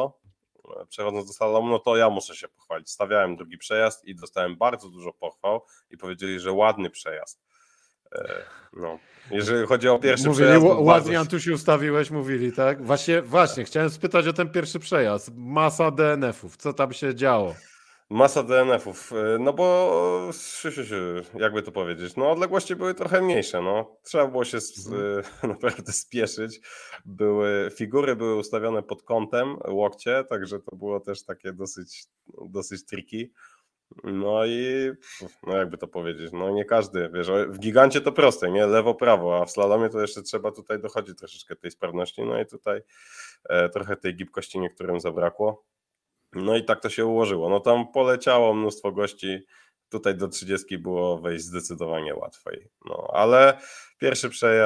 no to ja muszę się pochwalić. Stawiałem drugi przejazd i dostałem bardzo dużo pochwał i powiedzieli, że ładny przejazd. No. Jeżeli chodzi o pierwszy przejazd... Ładnie Antusiu ustawiłeś, mówili, tak? Właśnie, chciałem spytać o ten pierwszy przejazd. Masa DNF-ów, co tam się działo? Masa DNF-ów, no bo jakby to powiedzieć, no odległości były trochę mniejsze, no. Trzeba było się naprawdę spieszyć. Figury były ustawione pod kątem, łokcie, także to było też takie dosyć tricky. No i no jakby to powiedzieć, no nie każdy, wiesz, w gigancie to proste, nie? Lewo, prawo, a w slalomie to jeszcze trzeba tutaj dochodzić troszeczkę tej sprawności, no i tutaj trochę tej gibkości niektórym zabrakło. No i tak to się ułożyło. No tam poleciało mnóstwo gości, tutaj do 30 było wejść zdecydowanie łatwiej. No ale pierwszy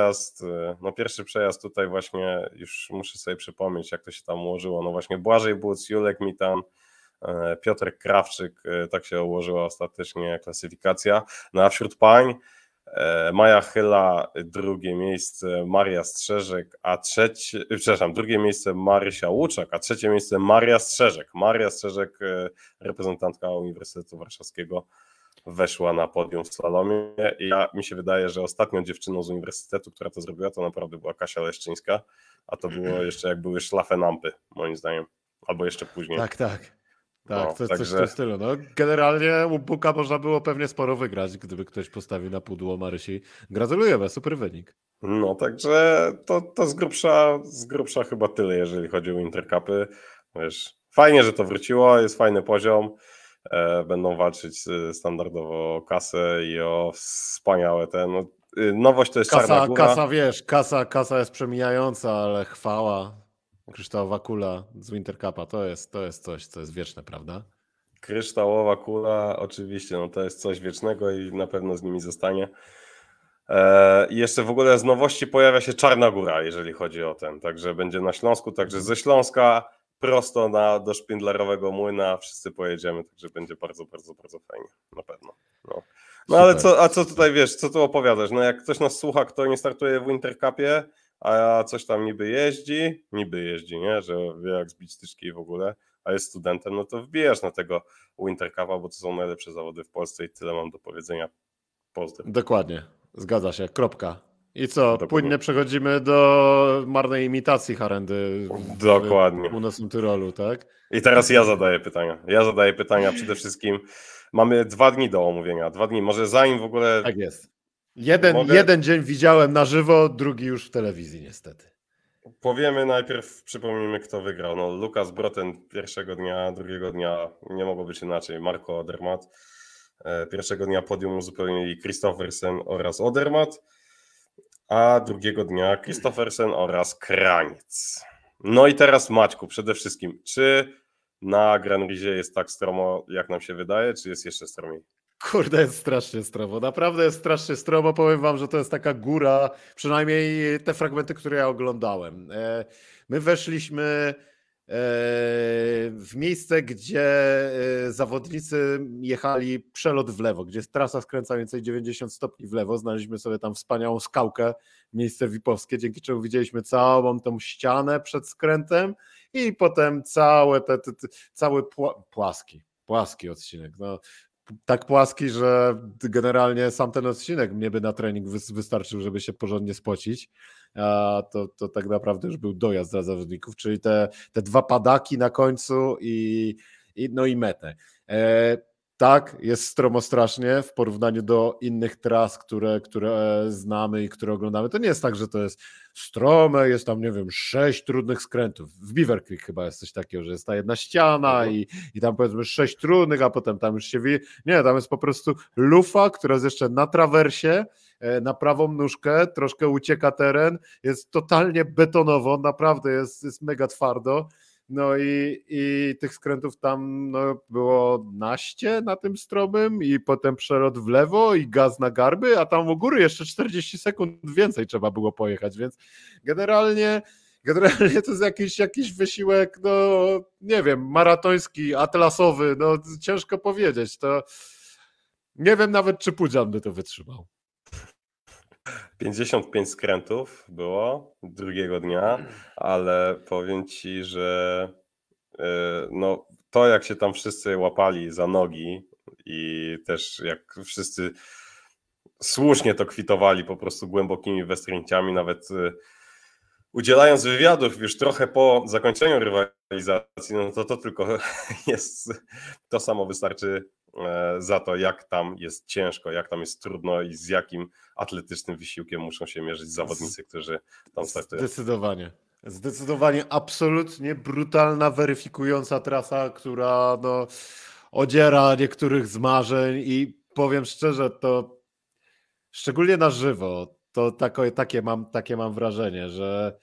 przejazd tutaj właśnie już muszę sobie przypomnieć, jak to się tam ułożyło. No właśnie Błażej Buc, Julek Mitan, Piotrek Krawczyk, tak się ułożyła ostatecznie klasyfikacja. No a wśród pań Maja Chyla, drugie miejsce Maria Strzeżek, drugie miejsce Marysia Łuczak, a trzecie miejsce Maria Strzeżek. Maria Strzeżek, reprezentantka Uniwersytetu Warszawskiego, weszła na podium w slalomie i mi się wydaje, że ostatnią dziewczyną z uniwersytetu, która to zrobiła, to naprawdę była Kasia Leszczyńska, a to było jeszcze jak były szlafenampy, moim zdaniem, albo jeszcze później. Tak, No, coś w tym stylu. No, generalnie u Buka można było pewnie sporo wygrać, gdyby ktoś postawił na pudło Marysi. Gratulujemy, super wynik. No, także to z grubsza chyba tyle, jeżeli chodzi o Intercupy. Wiesz, fajnie, że to wróciło, jest fajny poziom. Będą walczyć standardowo o kasę i o wspaniałe nowość to jest Czarna Góra. Kasa jest przemijająca, ale chwała. Kryształowa kula z Wintercupa to jest coś, co jest wieczne, prawda? Kryształowa kula, oczywiście, no to jest coś wiecznego i na pewno z nimi zostanie. I jeszcze w ogóle z nowości pojawia się Czarna Góra, jeżeli chodzi o także będzie na Śląsku, także ze Śląska prosto do Szpindlerowego Młyna wszyscy pojedziemy, także będzie bardzo, bardzo, bardzo fajnie, na pewno. No ale co tutaj wiesz, co tu opowiadasz? No jak ktoś nas słucha, kto nie startuje w Wintercupie, a coś tam niby jeździ, nie, że wie jak zbić styczki w ogóle, a jest studentem, no to wbijasz na tego Wintercupa, bo to są najlepsze zawody w Polsce i tyle mam do powiedzenia. Pozdro. Dokładnie, zgadza się, kropka. I co, Dokładnie. płynnie przechodzimy do marnej imitacji Harendy Dokładnie. w północnym Tyrolu, tak? I teraz ja zadaję pytania przede wszystkim. Mamy 2 dni do omówienia, 2 dni, może zanim w ogóle... Tak jest. Jeden dzień widziałem na żywo, drugi już w telewizji niestety. Powiemy najpierw, przypomnijmy kto wygrał. No, Lukas Broten pierwszego dnia, drugiego dnia nie mogło być inaczej, Marco Odermatt. Pierwszego dnia podium uzupełnili Kristoffersen oraz Odermatt, a drugiego dnia Kristoffersen oraz Kraniec. No i teraz Maćku, przede wszystkim, czy na Grand Rizie jest tak stromo, jak nam się wydaje, czy jest jeszcze stromiej? Kurde, jest strasznie stromo, naprawdę jest strasznie stromo, powiem wam, że to jest taka góra, przynajmniej te fragmenty, które ja oglądałem. My weszliśmy w miejsce, gdzie zawodnicy jechali przelot w lewo, gdzie jest trasa skręca więcej 90 stopni w lewo, znaleźliśmy sobie tam wspaniałą skałkę, miejsce VIP-owskie, dzięki czemu widzieliśmy całą tą ścianę przed skrętem i potem cały płaski odcinek, no. Tak płaski, że generalnie sam ten odcinek mnie by na trening wystarczył, żeby się porządnie spocić. A to tak naprawdę już był dojazd dla zawodników, czyli te 2 padaki na końcu i metę. Tak, jest stromo strasznie w porównaniu do innych tras, które znamy i które oglądamy. To nie jest tak, że to jest strome, jest tam, nie wiem, 6 trudnych skrętów. W Beaver Creek chyba jest coś takiego, że jest ta jedna ściana i tam powiedzmy 6 trudnych, a potem tam już się Nie, tam jest po prostu lufa, która jest jeszcze na trawersie, na prawą nóżkę, troszkę ucieka teren, jest totalnie betonowo, naprawdę jest mega twardo. No i tych skrętów tam było naście na tym stromym i potem przelot w lewo i gaz na garby, a tam u góry jeszcze 40 sekund więcej trzeba było pojechać, więc generalnie to jest jakiś wysiłek, nie wiem, maratoński, atlasowy, ciężko powiedzieć, to Nie wiem nawet, czy Pudzian by to wytrzymał. 55 skrętów było drugiego dnia, ale powiem ci, że no, to jak się tam wszyscy łapali za nogi i też jak wszyscy słusznie to kwitowali po prostu głębokimi westchnięciami, nawet udzielając wywiadów już trochę po zakończeniu rywalizacji, no to tylko jest, to samo wystarczy za to, jak tam jest ciężko, jak tam jest trudno i z jakim atletycznym wysiłkiem muszą się mierzyć zawodnicy, którzy tam startują. Zdecydowanie absolutnie brutalna, weryfikująca trasa, która no, odziera niektórych z marzeń i powiem szczerze, to szczególnie na żywo, to takie mam wrażenie, że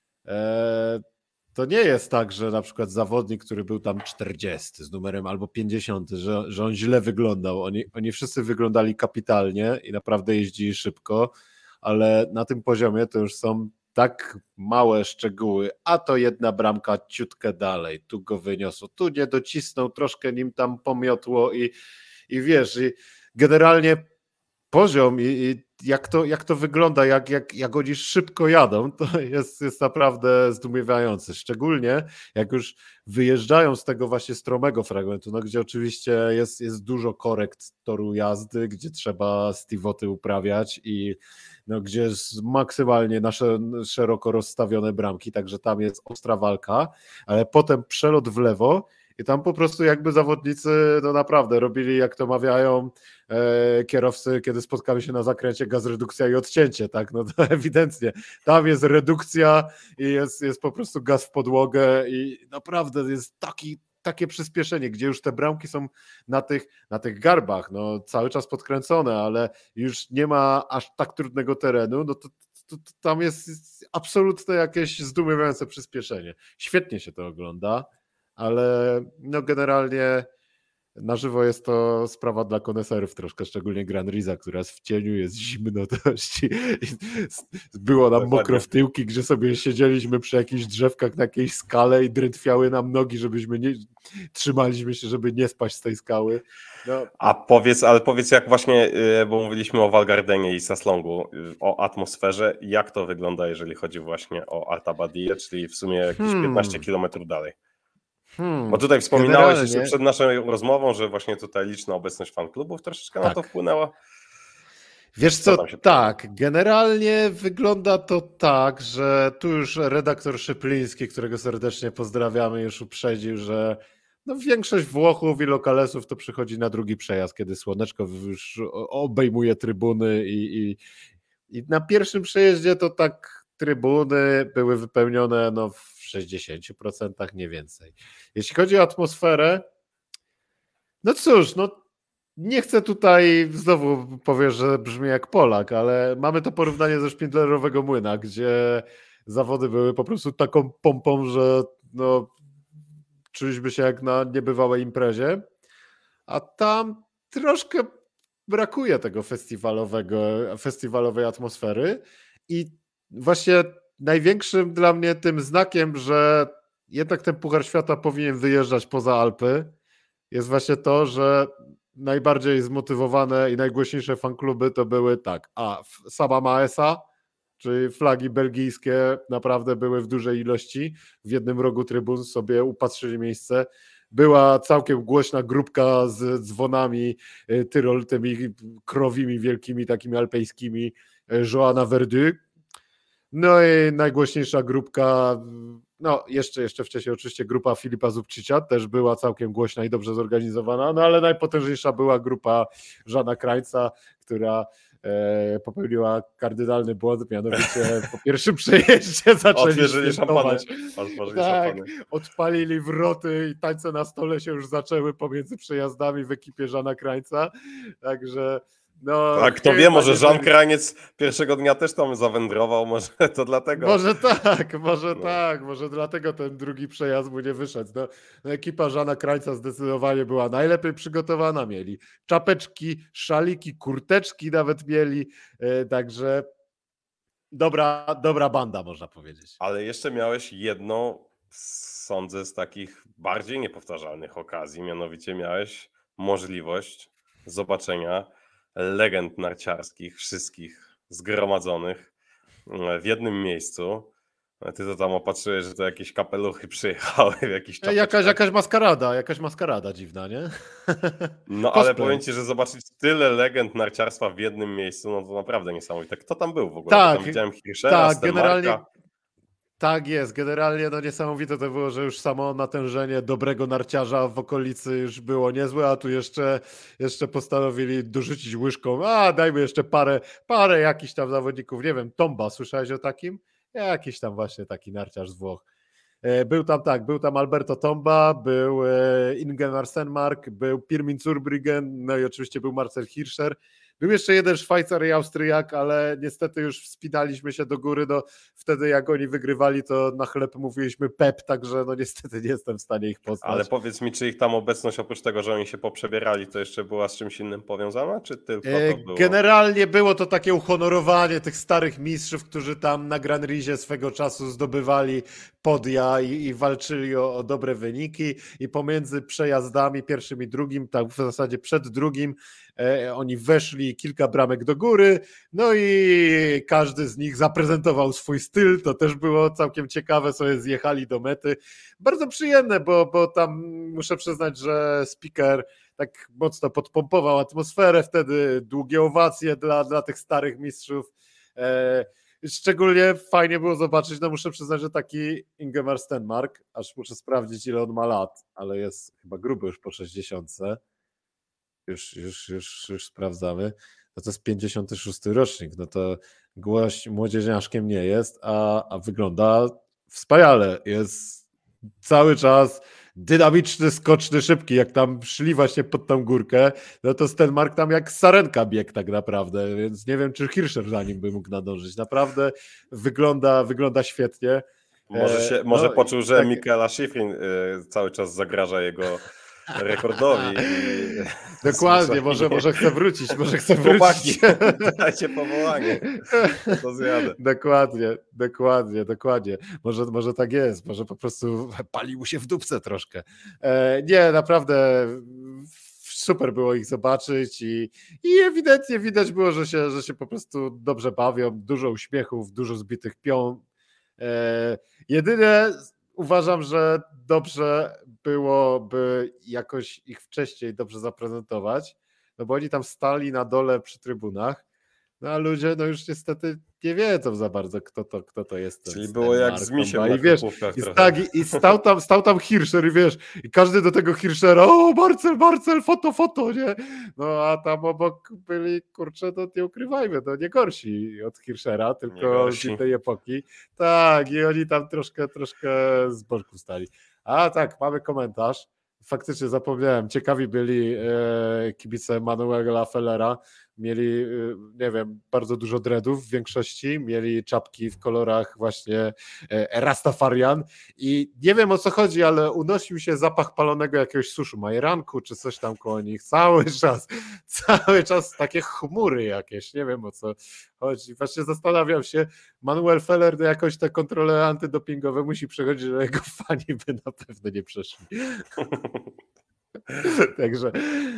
to nie jest tak, że na przykład zawodnik, który był tam 40 z numerem albo 50, że on źle wyglądał. Oni wszyscy wyglądali kapitalnie i naprawdę jeździli szybko, ale na tym poziomie to już są tak małe szczegóły, a to jedna bramka ciutkę dalej, tu go wyniosło, tu nie docisnął, troszkę nim tam pomiotło i wiesz, i generalnie poziom i jak to wygląda, jak oni szybko jadą, to jest naprawdę zdumiewające. Szczególnie jak już wyjeżdżają z tego właśnie stromego fragmentu, no, gdzie oczywiście jest dużo korekt toru jazdy, gdzie trzeba stivoty uprawiać i no, gdzie jest maksymalnie nasze szeroko rozstawione bramki, także tam jest ostra walka, ale potem przelot w lewo i tam po prostu jakby zawodnicy no naprawdę robili, jak to mawiają kierowcy, kiedy spotkamy się na zakręcie, gaz, redukcja i odcięcie, tak, no to ewidentnie tam jest redukcja i jest po prostu gaz w podłogę i naprawdę jest takie przyspieszenie, gdzie już te bramki są na tych garbach, no cały czas podkręcone, ale już nie ma aż tak trudnego terenu, no to tam jest absolutne jakieś zdumiewające przyspieszenie. Świetnie się to ogląda, ale no generalnie na żywo jest to sprawa dla koneserów troszkę, szczególnie Gran Riza, która jest w cieniu, jest zimno dość i było nam mokro w tyłki, gdzie sobie siedzieliśmy przy jakichś drzewkach na jakiejś skale i drętwiały nam nogi, trzymaliśmy się, żeby nie spaść z tej skały. No. Ale powiedz jak właśnie, bo mówiliśmy o Val Gardenie i Saslongu, o atmosferze, jak to wygląda, jeżeli chodzi właśnie o Alta Badia, czyli w sumie jakieś 15 km dalej. Bo tutaj wspominałeś jeszcze przed naszą rozmową, że właśnie tutaj liczna obecność fanklubów troszeczkę na to wpłynęła. Wiesz co, tak, generalnie wygląda to tak, że tu już redaktor Szypliński, którego serdecznie pozdrawiamy, już uprzedził, że no większość Włochów i lokalesów to przychodzi na drugi przejazd, kiedy słoneczko już obejmuje trybuny i na pierwszym przejeździe to tak trybuny były wypełnione no w 60%, nie więcej. Jeśli chodzi o atmosferę, no cóż, no nie chcę tutaj, znowu powiem, że brzmi jak Polak, ale mamy to porównanie ze Szpindlerowego Młyna, gdzie zawody były po prostu taką pompą, że no, czuliśmy się jak na niebywałej imprezie, a tam troszkę brakuje tego festiwalowej atmosfery i właśnie największym dla mnie tym znakiem, że jednak ten Puchar Świata powinien wyjeżdżać poza Alpy, jest właśnie to, że najbardziej zmotywowane i najgłośniejsze fankluby to były sama Maesa, czyli flagi belgijskie naprawdę były w dużej ilości, w jednym rogu trybun sobie upatrzyli miejsce. Była całkiem głośna grupka z dzwonami Tyrol, tymi krowimi wielkimi, takimi alpejskimi, Joana Verdu. No i najgłośniejsza grupka, no jeszcze wcześniej oczywiście grupa Filipa Zubčića też była całkiem głośna i dobrze zorganizowana, no ale najpotężniejsza była grupa Żana Krańca, która popełniła kardynalny błąd, mianowicie po pierwszym przejeździe zaczęli świętować. Tak, odpalili wroty i tańce na stole się już zaczęły pomiędzy przejazdami w ekipie Żana Krańca, także no, a kto wie, może Żan Kraniec pierwszego dnia też tam zawędrował, może to dlatego. Może dlatego ten drugi przejazd mu nie wyszedł. No, ekipa Żana Krańca zdecydowanie była najlepiej przygotowana, mieli czapeczki, szaliki, kurteczki nawet mieli, także dobra banda, można powiedzieć. Ale jeszcze miałeś jedną, sądzę, z takich bardziej niepowtarzalnych okazji, mianowicie miałeś możliwość zobaczenia legend narciarskich, wszystkich zgromadzonych w jednym miejscu. Ty to tam opatrzyłeś, że to jakieś kapeluchy przyjechały w jakiś czas. Jakaś maskarada dziwna, nie? No ale powiem ci, że zobaczyć tyle legend narciarstwa w jednym miejscu, no to naprawdę niesamowite. Kto tam był w ogóle? Tak, tam widziałem Hirschera, generalnie. Tak jest, generalnie no niesamowite to było, że już samo natężenie dobrego narciarza w okolicy już było niezłe, a tu jeszcze postanowili dorzucić łyżką, dajmy jeszcze parę jakichś tam zawodników, nie wiem, Tomba, słyszałeś o takim? Jakiś tam właśnie taki narciarz z Włoch. Był tam Alberto Tomba, był Ingemar Stenmark, był Pirmin Zurbriggen, no i oczywiście był Marcel Hirscher. Był jeszcze jeden Szwajcar i Austriak, ale niestety już wspinaliśmy się do góry, no wtedy jak oni wygrywali, to na chleb mówiliśmy Pep, także no niestety nie jestem w stanie ich poznać. Ale powiedz mi, czy ich tam obecność, oprócz tego, że oni się poprzebierali, to jeszcze była z czymś innym powiązana, czy tylko to było? Generalnie było to takie uhonorowanie tych starych mistrzów, którzy tam na Gran Rizie swego czasu zdobywali podia i walczyli o dobre wyniki i pomiędzy przejazdami pierwszym i drugim, tak w zasadzie przed drugim, oni weszli kilka bramek do góry, no i każdy z nich zaprezentował swój styl, to też było całkiem ciekawe, sobie zjechali do mety. Bardzo przyjemne, bo tam muszę przyznać, że speaker tak mocno podpompował atmosferę wtedy, długie owacje dla tych starych mistrzów. Szczególnie fajnie było zobaczyć, no muszę przyznać, że taki Ingemar Stenmark, aż muszę sprawdzić ile on ma lat, ale jest chyba gruby już po 60. Już sprawdzamy. No to jest 56 rocznik, no to gość młodzieżniaszkiem nie jest, a wygląda wspaniale. Jest cały czas dynamiczny, skoczny, szybki. Jak tam szli właśnie pod tą górkę, no to Stenmark tam jak sarenka biegł tak naprawdę, więc nie wiem, czy Hirscher za nim by mógł nadążyć. Naprawdę wygląda świetnie. Może poczuł, że tak... Michaela Schifrin cały czas zagraża jego rekordowi. Dokładnie, może chce wrócić, Chłopaki, dajcie powołanie, to zjadę. Dokładnie. Może tak jest, może po prostu pali mu się w dupce troszkę. Nie, naprawdę super było ich zobaczyć i ewidentnie widać było, że się po prostu dobrze bawią, dużo uśmiechów, dużo zbitych pion. Jedynie uważam, że dobrze byłoby jakoś ich wcześniej dobrze zaprezentować, no bo oni tam stali na dole przy trybunach, no a ludzie no już niestety nie wiedzą za bardzo, kto to jest. Czyli było jak z misiem na i stał tam Hirscher i wiesz, i każdy do tego Hirschera, o Marcel, foto, nie? No a tam obok byli, kurczę, no nie ukrywajmy, no nie gorsi od Hirschera, tylko z innej epoki. Tak, i oni tam troszkę z boku stali. A tak, mamy komentarz. Faktycznie zapomniałem, ciekawi byli kibice Manuela Fellera, mieli, nie wiem, bardzo dużo dreadów w większości, mieli czapki w kolorach właśnie Rastafarian i nie wiem o co chodzi, ale unosił się zapach palonego jakiegoś suszu majeranku czy coś tam koło nich, cały czas takie chmury jakieś, nie wiem o co chodzi. Właśnie zastanawiam się, Manuel Feller jakoś te kontrole antydopingowe musi przechodzić, że jego fani by na pewno nie przeszli. Także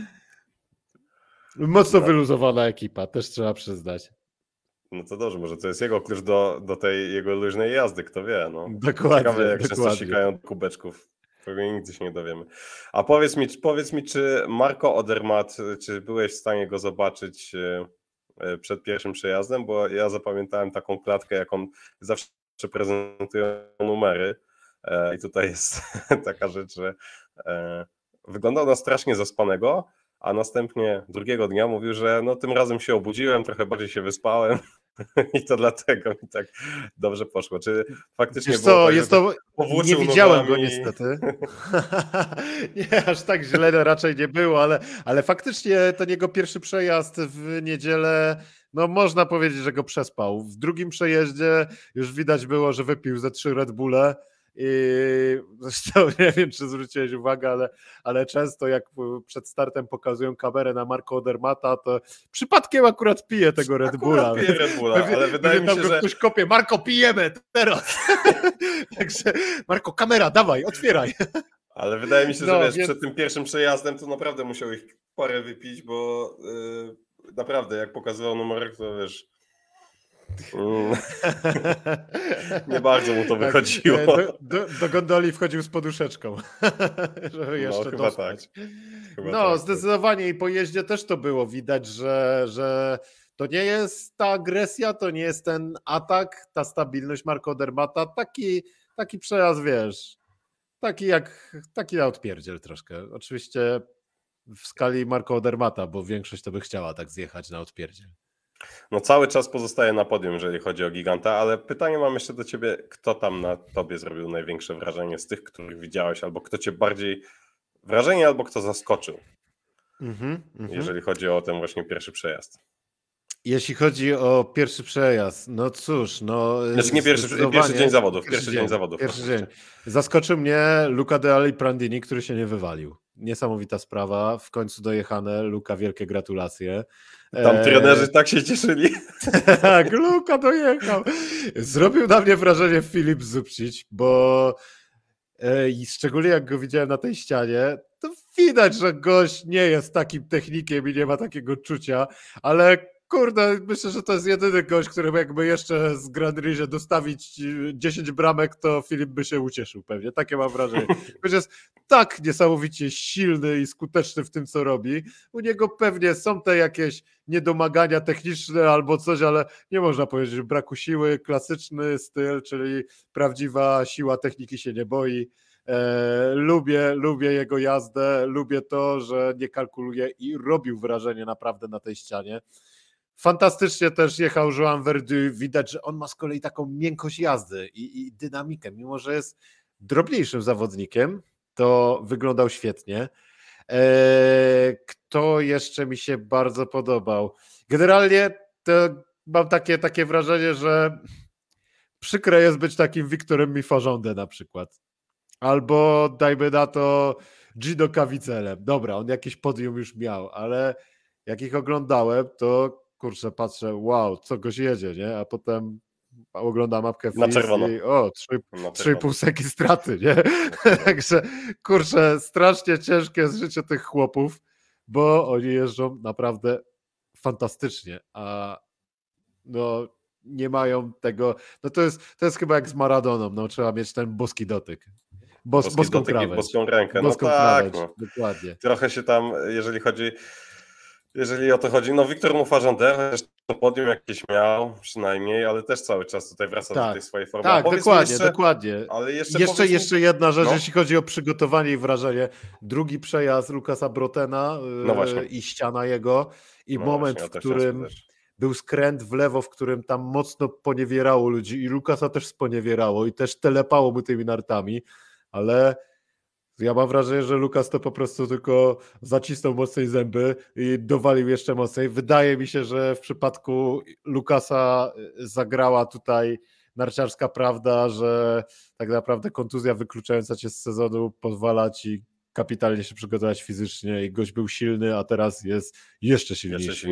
mocno wyluzowana ekipa, też trzeba przyznać. No to dobrze, może to jest jego klucz do tej jego luźnej jazdy, kto wie. No. Dokładnie. Ciekawe, jak często sikają kubeczków, tego nigdy się nie dowiemy. A powiedz mi, czy Marco Odermatt, czy byłeś w stanie go zobaczyć przed pierwszym przejazdem, bo ja zapamiętałem taką klatkę, jak on zawsze prezentuje numery i tutaj jest taka rzecz, że wyglądał na strasznie zaspanego, a następnie drugiego dnia mówił, że no tym razem się obudziłem, trochę bardziej się wyspałem i to dlatego mi tak dobrze poszło. Czy faktycznie wiesz było co, tak, jest to, nie widziałem nogami... go niestety. Nie, aż tak źle raczej nie było, ale faktycznie ten jego pierwszy przejazd w niedzielę, no można powiedzieć, że go przespał. W drugim przejeździe już widać było, że wypił ze 3 Red Bulle. I zresztą nie wiem, czy zwróciłeś uwagę, ale często jak przed startem pokazują kamerę na Marco Odermatta, to przypadkiem akurat pije tego Red Bulla. Pije Red Bulla, ale wydaje mi się, że... Ktoś kopie, Marco, pijemy teraz! Także Marco, kamera, dawaj, otwieraj. Ale wydaje mi się, że No, wiesz, więc przed tym pierwszym przejazdem to naprawdę musiał ich parę wypić, bo naprawdę jak pokazywał numerek, to wiesz, mm, nie bardzo mu to tak, wychodziło. do gondoli wchodził z poduszeczką, żeby No jeszcze chyba tak, dospać. chyba No, tak. zdecydowanie i po jeździe też to było widać, że to nie jest ta agresja, to nie jest ten atak, ta stabilność Marco Odermatta, taki przejazd, wiesz, taki na odpierdziel troszkę. Oczywiście w skali Marco Odermatta, bo większość to by chciała tak zjechać na odpierdziel. No cały czas pozostaje na podium, jeżeli chodzi o giganta, ale pytanie mam jeszcze do ciebie, kto tam na tobie zrobił największe wrażenie z tych, których widziałeś, albo kto cię bardziej wrażenie, albo kto zaskoczył, jeżeli chodzi o ten właśnie pierwszy przejazd. Jeśli chodzi o pierwszy przejazd, no cóż, no Znaczy nie pierwszy zdecydowanie dzień zawodów, pierwszy dzień zawodów. Pierwszy dzień. Zaskoczył mnie Luca De Ali Prandini, który się nie wywalił. Niesamowita sprawa, w końcu dojechane. Luca, wielkie gratulacje. Tam trenerzy tak się cieszyli. Tak, Luca dojechał. Zrobił na mnie wrażenie Filip Zubcic, bo i szczególnie jak go widziałem na tej ścianie, to widać, że gość nie jest takim technikiem i nie ma takiego czucia, ale kurde, myślę, że to jest jedyny gość, któremu jakby jeszcze z Grand Rizie dostawić 10 bramek, to Filip by się ucieszył pewnie. Takie mam wrażenie. Gość jest tak niesamowicie silny i skuteczny w tym, co robi. U niego pewnie są te jakieś niedomagania techniczne albo coś, ale nie można powiedzieć, że braku siły, klasyczny styl, czyli prawdziwa siła techniki się nie boi. Lubię jego jazdę, lubię to, że nie kalkuluje i robił wrażenie naprawdę na tej ścianie. Fantastycznie też jechał Joan Verdu, widać, że on ma z kolei taką miękkość jazdy i dynamikę, mimo że jest drobniejszym zawodnikiem, to wyglądał świetnie. Kto jeszcze mi się bardzo podobał? Generalnie to mam takie wrażenie, że przykre jest być takim Wiktorem Mifarządem na przykład. Albo dajmy na to Gino Cavicelem. Dobra, on jakieś podium już miał, ale jak ich oglądałem, to kurczę, patrzę, wow, co goś jedzie, nie? A potem oglądam mapkę Na FIS czerwono. i o, Na 3,5 seki straty, nie? Także kurczę, strasznie ciężkie jest życie tych chłopów, bo oni jeżdżą naprawdę fantastycznie, a no nie mają tego, no to jest chyba jak z Maradoną, no trzeba mieć ten boski dotyk. Boski Boską dotyk i krawędź. boską rękę. Boską No tak, krawędź, no. dokładnie. Trochę się tam, jeżeli o to chodzi, no Wiktor Mufarządem, chociaż to podium jakieś miał przynajmniej, ale też cały czas tutaj wraca do tej swojej formy. Tak, dokładnie, jeszcze, dokładnie. Ale Jeszcze jedna rzecz, no. jeśli chodzi o przygotowanie i wrażenie. Drugi przejazd Lukasa Brotena No właśnie. i ściana jego i No moment, właśnie, w którym był skręt w lewo, w którym tam mocno poniewierało ludzi i Lukasa też sponiewierało i też telepało mu tymi nartami, ale ja mam wrażenie, że Lukas to po prostu tylko zacisnął mocniej zęby i dowalił jeszcze mocniej. Wydaje mi się, że w przypadku Lukasa zagrała tutaj narciarska prawda, że tak naprawdę kontuzja wykluczająca cię z sezonu pozwala ci kapitalnie się przygotować fizycznie i gość był silny, a teraz jest jeszcze silniejszy.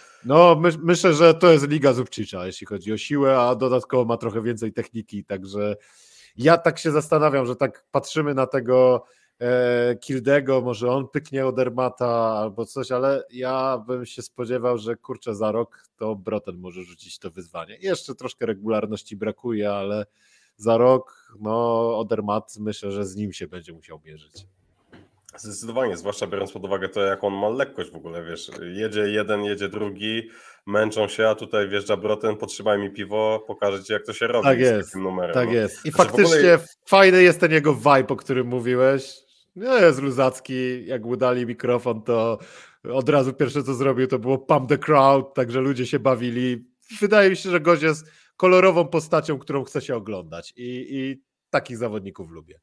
Myślę, że to jest Liga Zubcicza, jeśli chodzi o siłę, a dodatkowo ma trochę więcej techniki, także ja tak się zastanawiam, że tak patrzymy na tego Kildego, może on pyknie Odermatta albo coś, ale ja bym się spodziewał, że kurczę za rok to Broten może rzucić to wyzwanie. Jeszcze troszkę regularności brakuje, ale za rok no Odermatt myślę, że z nim się będzie musiał mierzyć. Zdecydowanie, zwłaszcza biorąc pod uwagę to, jak on ma lekkość w ogóle, wiesz, jedzie jeden, jedzie drugi, męczą się, a tutaj wjeżdża Broten, potrzymaj mi piwo, pokażę ci, jak to się robi z takim numerem. Tak jest. I faktycznie fajny jest ten jego vibe, o którym mówiłeś. Nie jest luzacki, jak mu dali mikrofon, to od razu pierwsze, co zrobił, to było pump the crowd, także ludzie się bawili. Wydaje mi się, że gość jest kolorową postacią, którą chce się oglądać i takich zawodników lubię.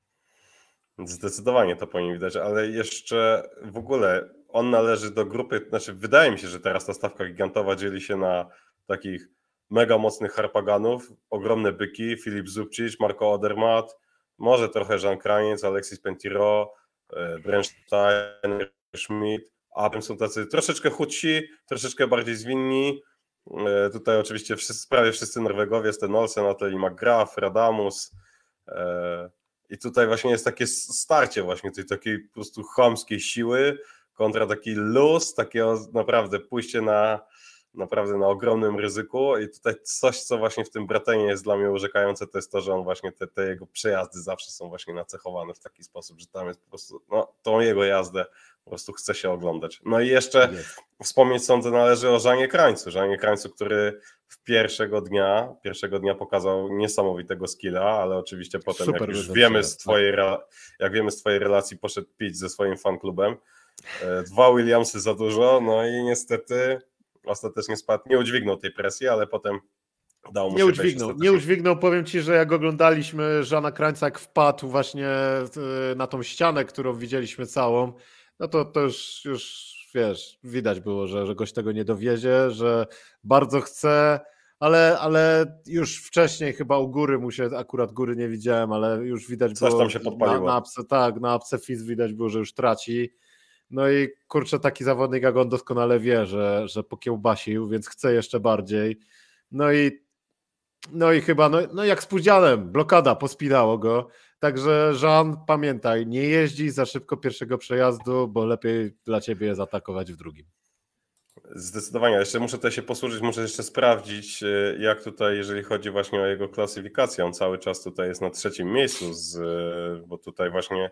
Zdecydowanie to po nim widać, ale jeszcze w ogóle on należy do grupy, znaczy wydaje mi się, że teraz ta stawka gigantowa dzieli się na takich mega mocnych harpaganów, ogromne byki, Filip Zubcic, Marco Odermatt, może trochę Jean Kraniec, Alexis Pentiro, Brenstein, Schmidt, a potem są tacy troszeczkę chudsi, troszeczkę bardziej zwinni. Tutaj oczywiście prawie wszyscy Norwegowie, Sten Olsen, Natalie McGrath, Radamus, I tutaj właśnie jest takie starcie właśnie tej takiej po prostu chamskiej siły kontra taki luz, takie naprawdę pójście naprawdę na ogromnym ryzyku i tutaj coś, co właśnie w tym Bretenie jest dla mnie urzekające, to jest to, że on właśnie te jego przejazdy zawsze są właśnie nacechowane w taki sposób, że tam jest po prostu, no tą jego jazdę po prostu chce się oglądać. No i jeszcze wspomnieć sądzę należy o Żanie Krańcu, który pierwszego dnia pokazał niesamowitego skilla, ale oczywiście potem Super jak już wygląd wiemy przejazd, jak wiemy z twojej relacji poszedł pić ze swoim fanklubem. 2 Williamsy za dużo, no i niestety ostatecznie spadł, nie udźwignął tej presji, ale potem dało mu się wejść Nie udźwignął, powiem Ci, że jak oglądaliśmy Żana Krańca, jak wpadł właśnie na tą ścianę, którą widzieliśmy całą, no to już wiesz, widać było, że gość tego nie dowiezie, że bardzo chce, ale już wcześniej chyba u góry mu się, akurat góry nie widziałem, ale już widać coś było tam się podpaliło. na apce FIS widać było, że już traci. No i kurczę, taki zawodnik jak on doskonale wie, że pokiełbasił, więc chce jeszcze bardziej. No i chyba, no jak z Pudzianem, blokada, pospinało go. Także Jean, pamiętaj, nie jeździ za szybko pierwszego przejazdu, bo lepiej dla ciebie jest atakować w drugim. Zdecydowanie, jeszcze muszę tutaj się posłużyć, muszę jeszcze sprawdzić, jak tutaj, jeżeli chodzi właśnie o jego klasyfikację, on cały czas tutaj jest na 3. miejscu, bo tutaj właśnie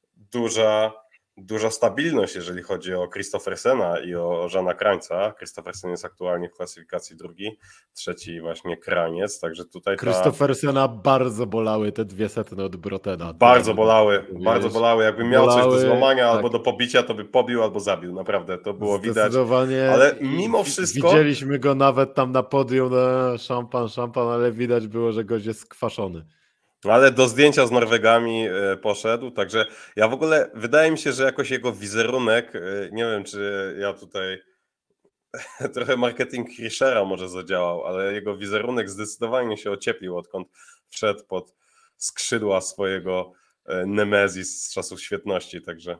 duża stabilność, jeżeli chodzi o Kristoffersena i o Żana Krańca. Kristoffersen jest aktualnie w klasyfikacji 2, 3 właśnie Kraniec, także tutaj Kristoffersena bardzo bolały te 200 od Brotena. Bardzo bolały, jakby miał coś do złamania tak. Albo do pobicia, to by pobił albo zabił, naprawdę, to było widać. Ale mimo wszystko... Widzieliśmy go nawet tam na podium, na szampan, ale widać było, że gość jest skwaszony. Ale do zdjęcia z Norwegami poszedł, także ja w ogóle, wydaje mi się, że jakoś jego wizerunek, nie wiem czy ja tutaj trochę marketing Hirschera może zadziałał, ale jego wizerunek zdecydowanie się ocieplił, odkąd wszedł pod skrzydła swojego Nemezis z czasów świetności, także...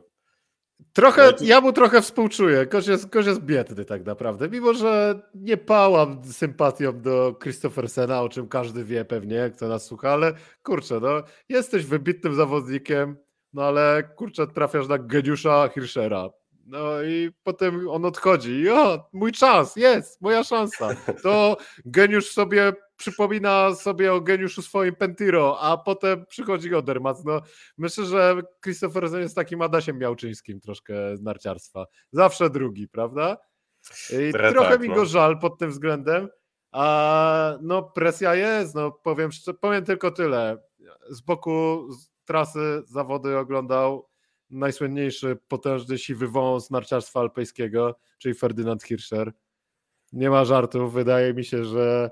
Ja mu trochę współczuję. Gość jest biedny tak naprawdę. Mimo, że nie pałam sympatią do Kristoffersena, o czym każdy wie pewnie, kto nas słucha, ale kurczę, no jesteś wybitnym zawodnikiem, no ale kurczę, trafiasz na geniusza Hirschera. No i potem on odchodzi. Mój czas, jest, moja szansa. To geniusz sobie przypomina sobie o geniuszu swoim Pentiro, a potem przychodzi Odermatt. No, myślę, że Kristoffersen jest takim Adasiem Miałczyńskim troszkę z narciarstwa. Zawsze drugi, prawda? I trochę mi go żal pod tym względem, a no presja jest, no powiem tylko tyle. Z boku trasy zawody oglądał najsłynniejszy, potężny, siwy wąs narciarstwa alpejskiego, czyli Ferdynand Hirscher. Nie ma żartów, wydaje mi się, że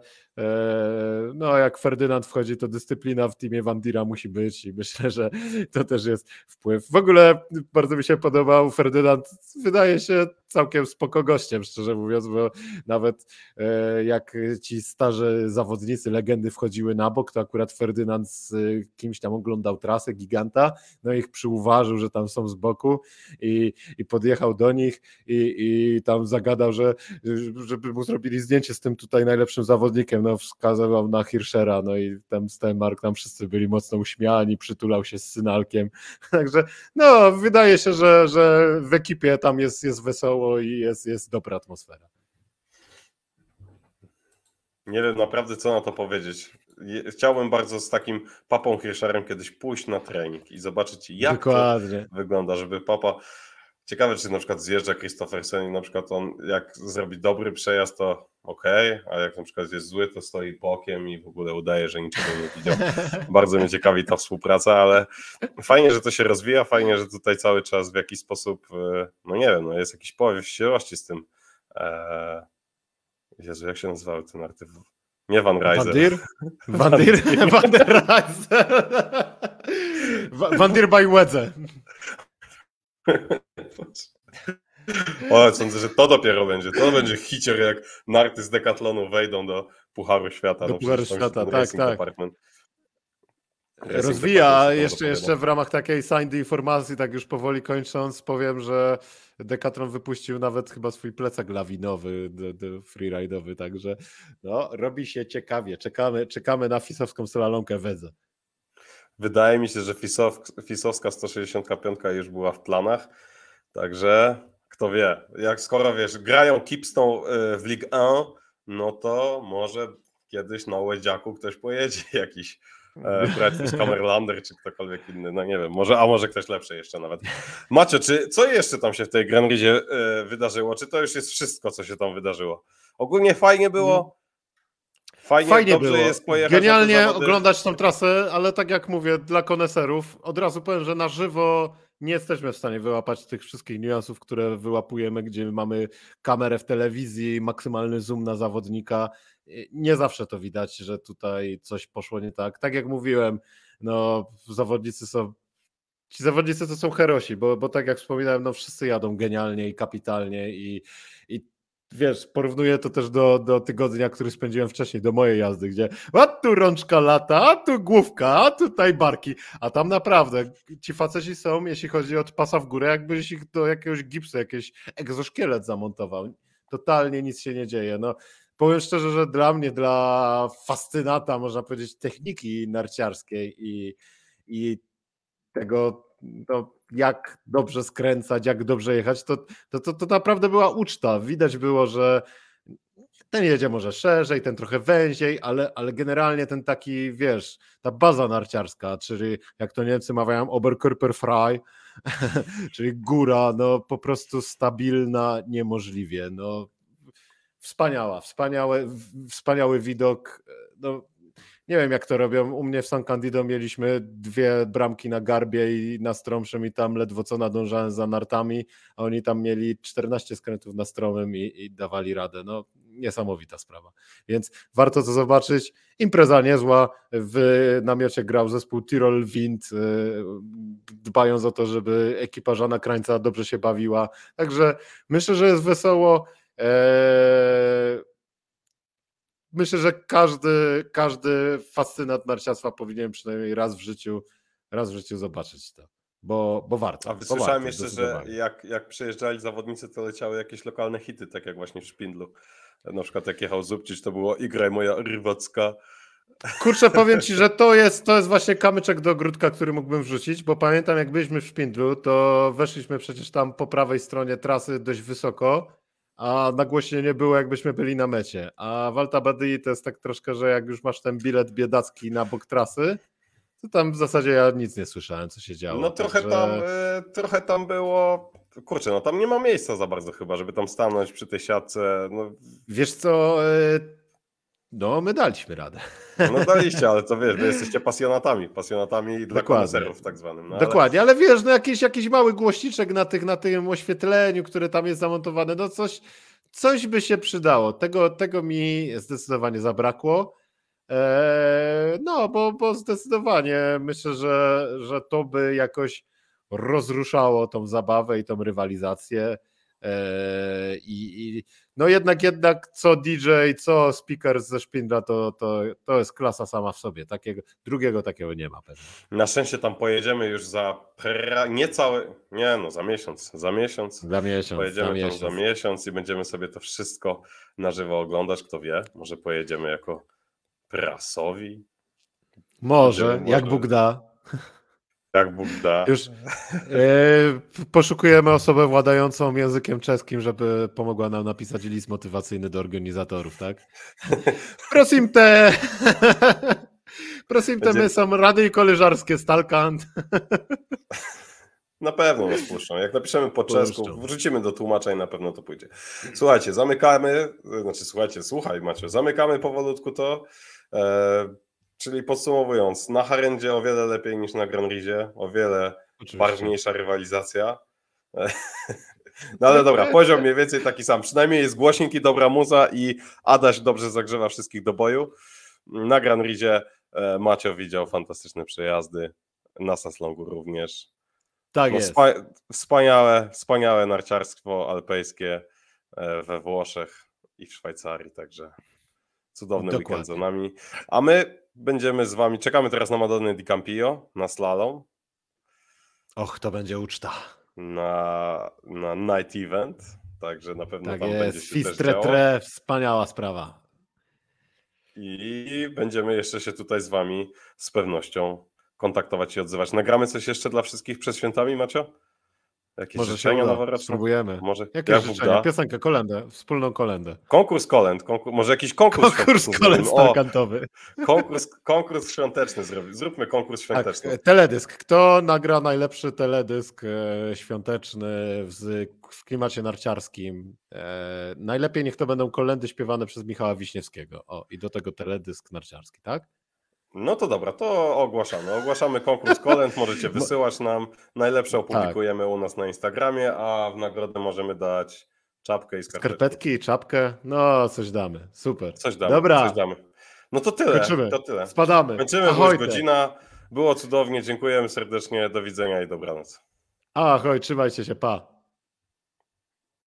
no jak Ferdynand wchodzi, to dyscyplina w teamie Van Dira musi być i myślę, że to też jest wpływ. W ogóle bardzo mi się podobał Ferdynand, wydaje się całkiem spoko gościem, szczerze mówiąc, bo nawet jak ci starzy zawodnicy, legendy wchodziły na bok, to akurat Ferdynand z kimś tam oglądał trasę Giganta, no ich przyuważył, że tam są z boku i podjechał do nich i tam zagadał, żeby mu zrobili zdjęcie z tym tutaj najlepszym zawodnikiem, no wskazywał na Hirschera, no i tam Stenmark, tam wszyscy byli mocno uśmiani, przytulał się z Synalkiem, także no wydaje się, że w ekipie tam jest wesoło i jest dobra atmosfera. Nie wiem naprawdę co na to powiedzieć. Chciałbym bardzo z takim Papą Hirscherem kiedyś pójść na trening i zobaczyć jak Dokładnie. to wygląda, żeby Papa... Ciekawe, czy na przykład zjeżdża Kristoffersen i na przykład on jak zrobi dobry przejazd, to okej, a jak na przykład jest zły, to stoi bokiem i w ogóle udaje, że niczego nie widział. Bardzo mnie ciekawi ta współpraca, ale fajnie, że to się rozwija, fajnie, że tutaj cały czas w jakiś sposób, no nie wiem, no jest jakiś powiew wściekłości z tym. Jezu, jak się nazywały ten artykuł? Nie Van Rijzer. Van der Rijzer. Van der by Wedze. O, sądzę, że to dopiero będzie. To będzie hicior, jak narty z Decathlonu wejdą do Pucharu Świata. Do Pucharu Świata, tak. Racing rozwija. Jeszcze w ramach takiej signed informacji, tak już powoli kończąc, powiem, że Decathlon wypuścił nawet chyba swój plecak lawinowy, freeride'owy, także no, robi się ciekawie. Czekamy na fisowską slalomkę Wedze. Wydaje mi się, że FIS-owska 165 już była w planach, także kto wie, jak skoro wiesz, grają Kipstą w Ligue 1, no to może kiedyś na Łedziaku ktoś pojedzie jakiś Bradford Kamerlander czy ktokolwiek inny, no nie wiem, może ktoś lepszy jeszcze nawet. Macio, co jeszcze tam się w tej Grand Rizie wydarzyło? Czy to już jest wszystko, co się tam wydarzyło? Ogólnie fajnie było. Fajnie dobrze było. jest pojechać Genialnie na te zawody. oglądać tą trasę, ale tak jak mówię, dla koneserów, od razu powiem, że na żywo nie jesteśmy w stanie wyłapać tych wszystkich niuansów, które wyłapujemy, gdzie mamy kamerę w telewizji, maksymalny zoom na zawodnika. Nie zawsze to widać, że tutaj coś poszło nie tak. Tak jak mówiłem, no ci zawodnicy to są herosi, bo tak jak wspominałem, no wszyscy jadą genialnie i kapitalnie i wiesz, porównuję to też do tygodnia, który spędziłem wcześniej, do mojej jazdy, gdzie a tu rączka lata, a tu główka, a tutaj barki, a tam naprawdę ci faceci są, jeśli chodzi od pasa w górę, jakbyś ich do jakiegoś gipsu, jakiś egzoszkielet zamontował. Totalnie nic się nie dzieje. No, powiem szczerze, że dla mnie, dla fascynata, można powiedzieć, techniki narciarskiej i tego, no, jak dobrze skręcać, jak dobrze jechać, to naprawdę była uczta. Widać było, że ten jedzie może szerzej, ten trochę węziej, ale generalnie ten taki, wiesz, ta baza narciarska, czyli jak to Niemcy mawiają Oberkörperfrei, czyli góra, no po prostu stabilna niemożliwie. No, wspaniały widok. No, nie wiem, jak to robią. U mnie w San Candido mieliśmy 2 bramki na Garbie i na Stromszym i tam ledwo co nadążałem za nartami, a oni tam mieli 14 skrętów na Stromym i dawali radę. No, niesamowita sprawa. Więc warto to zobaczyć. Impreza niezła. W namiocie grał zespół Tirol Wind, dbając o to, żeby ekipa Żana Krańca dobrze się bawiła. Także myślę, że jest wesoło. Myślę, że każdy fascynat narciarstwa powinien przynajmniej raz w życiu zobaczyć to, bo warto. A wysłyszałem jeszcze, że jak przyjeżdżali zawodnicy, to leciały jakieś lokalne hity, tak jak właśnie w Szpindlu. Na przykład jak jechał Zubcic, to było I graj moja rybacka. Kurczę, powiem Ci, że to jest właśnie kamyczek do ogródka, który mógłbym wrzucić, bo pamiętam, jak byliśmy w Szpindlu, to weszliśmy przecież tam po prawej stronie trasy dość wysoko, a nagłośnienie było, jakbyśmy byli na mecie. A w Alta Badii to jest tak troszkę, że jak już masz ten bilet biedacki na bok trasy, to tam w zasadzie ja nic nie słyszałem, co się działo. No trochę tam było, kurczę, no tam nie ma miejsca za bardzo chyba, żeby tam stanąć przy tej siatce. No. Wiesz co, no my daliśmy radę. No daliście, ale to wiesz, wy jesteście pasjonatami dla koneserów tak zwanym. No, dokładnie, ale wiesz, no jakiś mały głośniczek na tym oświetleniu, które tam jest zamontowane, no coś by się przydało. Tego mi zdecydowanie zabrakło. No, bo zdecydowanie myślę, że to by jakoś rozruszało tą zabawę i tą rywalizację. No jednak co DJ, co speaker ze Szpindla, to jest klasa sama w sobie. Drugiego takiego nie ma pewnie. Na szczęście tam pojedziemy już za za miesiąc. Pojedziemy tam za miesiąc i będziemy sobie to wszystko na żywo oglądać. Kto wie, może pojedziemy jako prasowi. Może, jak Bóg da. Jak Bóg da. Już poszukujemy osobę władającą językiem czeskim, żeby pomogła nam napisać list motywacyjny do organizatorów, tak? Prosim te my są rady i koleżarskie Stalkant. Na pewno nas puszczą. Jak napiszemy po czesku, wrzucimy do tłumacza i na pewno to pójdzie. Słuchajcie, słuchaj Maciu, zamykamy powolutku to. Czyli podsumowując, na Harendzie o wiele lepiej niż na Grand Rizie, o wiele barwniejsza rywalizacja. No ale dobra, poziom mniej więcej taki sam. Przynajmniej jest głośnik i dobra muza i Adaś dobrze zagrzewa wszystkich do boju. Na Grand Rizie Macio widział fantastyczne przejazdy, na Saslongu również. Tak jest. Wspaniałe narciarstwo alpejskie we Włoszech i w Szwajcarii, także cudowny weekend za nami. A my będziemy z wami, czekamy teraz na Madonnę di Campillo, na slalom. Och, to będzie uczta. Na night event, także na pewno tak tam jest. będzie się Fist też działo. Wspaniała sprawa. I będziemy jeszcze się tutaj z wami z pewnością kontaktować i odzywać. Nagramy coś jeszcze dla wszystkich przed świętami, Macio? Jakieś Może się życzenia uda, noworoczne? spróbujemy. Może Jakie jak Bóg życzenia? da. Piosenkę, kolendę, wspólną kolendę. Konkurs kolęd, może jakiś konkurs Konkurs świąteczny kolęd zrobimy. O, starkantowy. konkurs świąteczny zrobimy. Zróbmy konkurs Tak, świąteczny. teledysk. Kto nagra najlepszy teledysk świąteczny w klimacie narciarskim? Najlepiej niech to będą kolędy śpiewane przez Michała Wiśniewskiego. O, i do tego teledysk narciarski, tak? No to dobra, to ogłaszamy. Ogłaszamy konkurs kolęd, możecie wysyłać nam. Najlepsze opublikujemy u nas na Instagramie, a w nagrodę możemy dać czapkę i skarpetki. Skarpetki, czapkę, no coś damy. Super. Coś damy, Dobra. coś damy. No to tyle. Kończymy. To tyle. Spadamy. Kończymy, bo Ahoj jest godzina. Było cudownie, dziękujemy serdecznie, do widzenia i dobranoc. Ahoj, trzymajcie się, pa.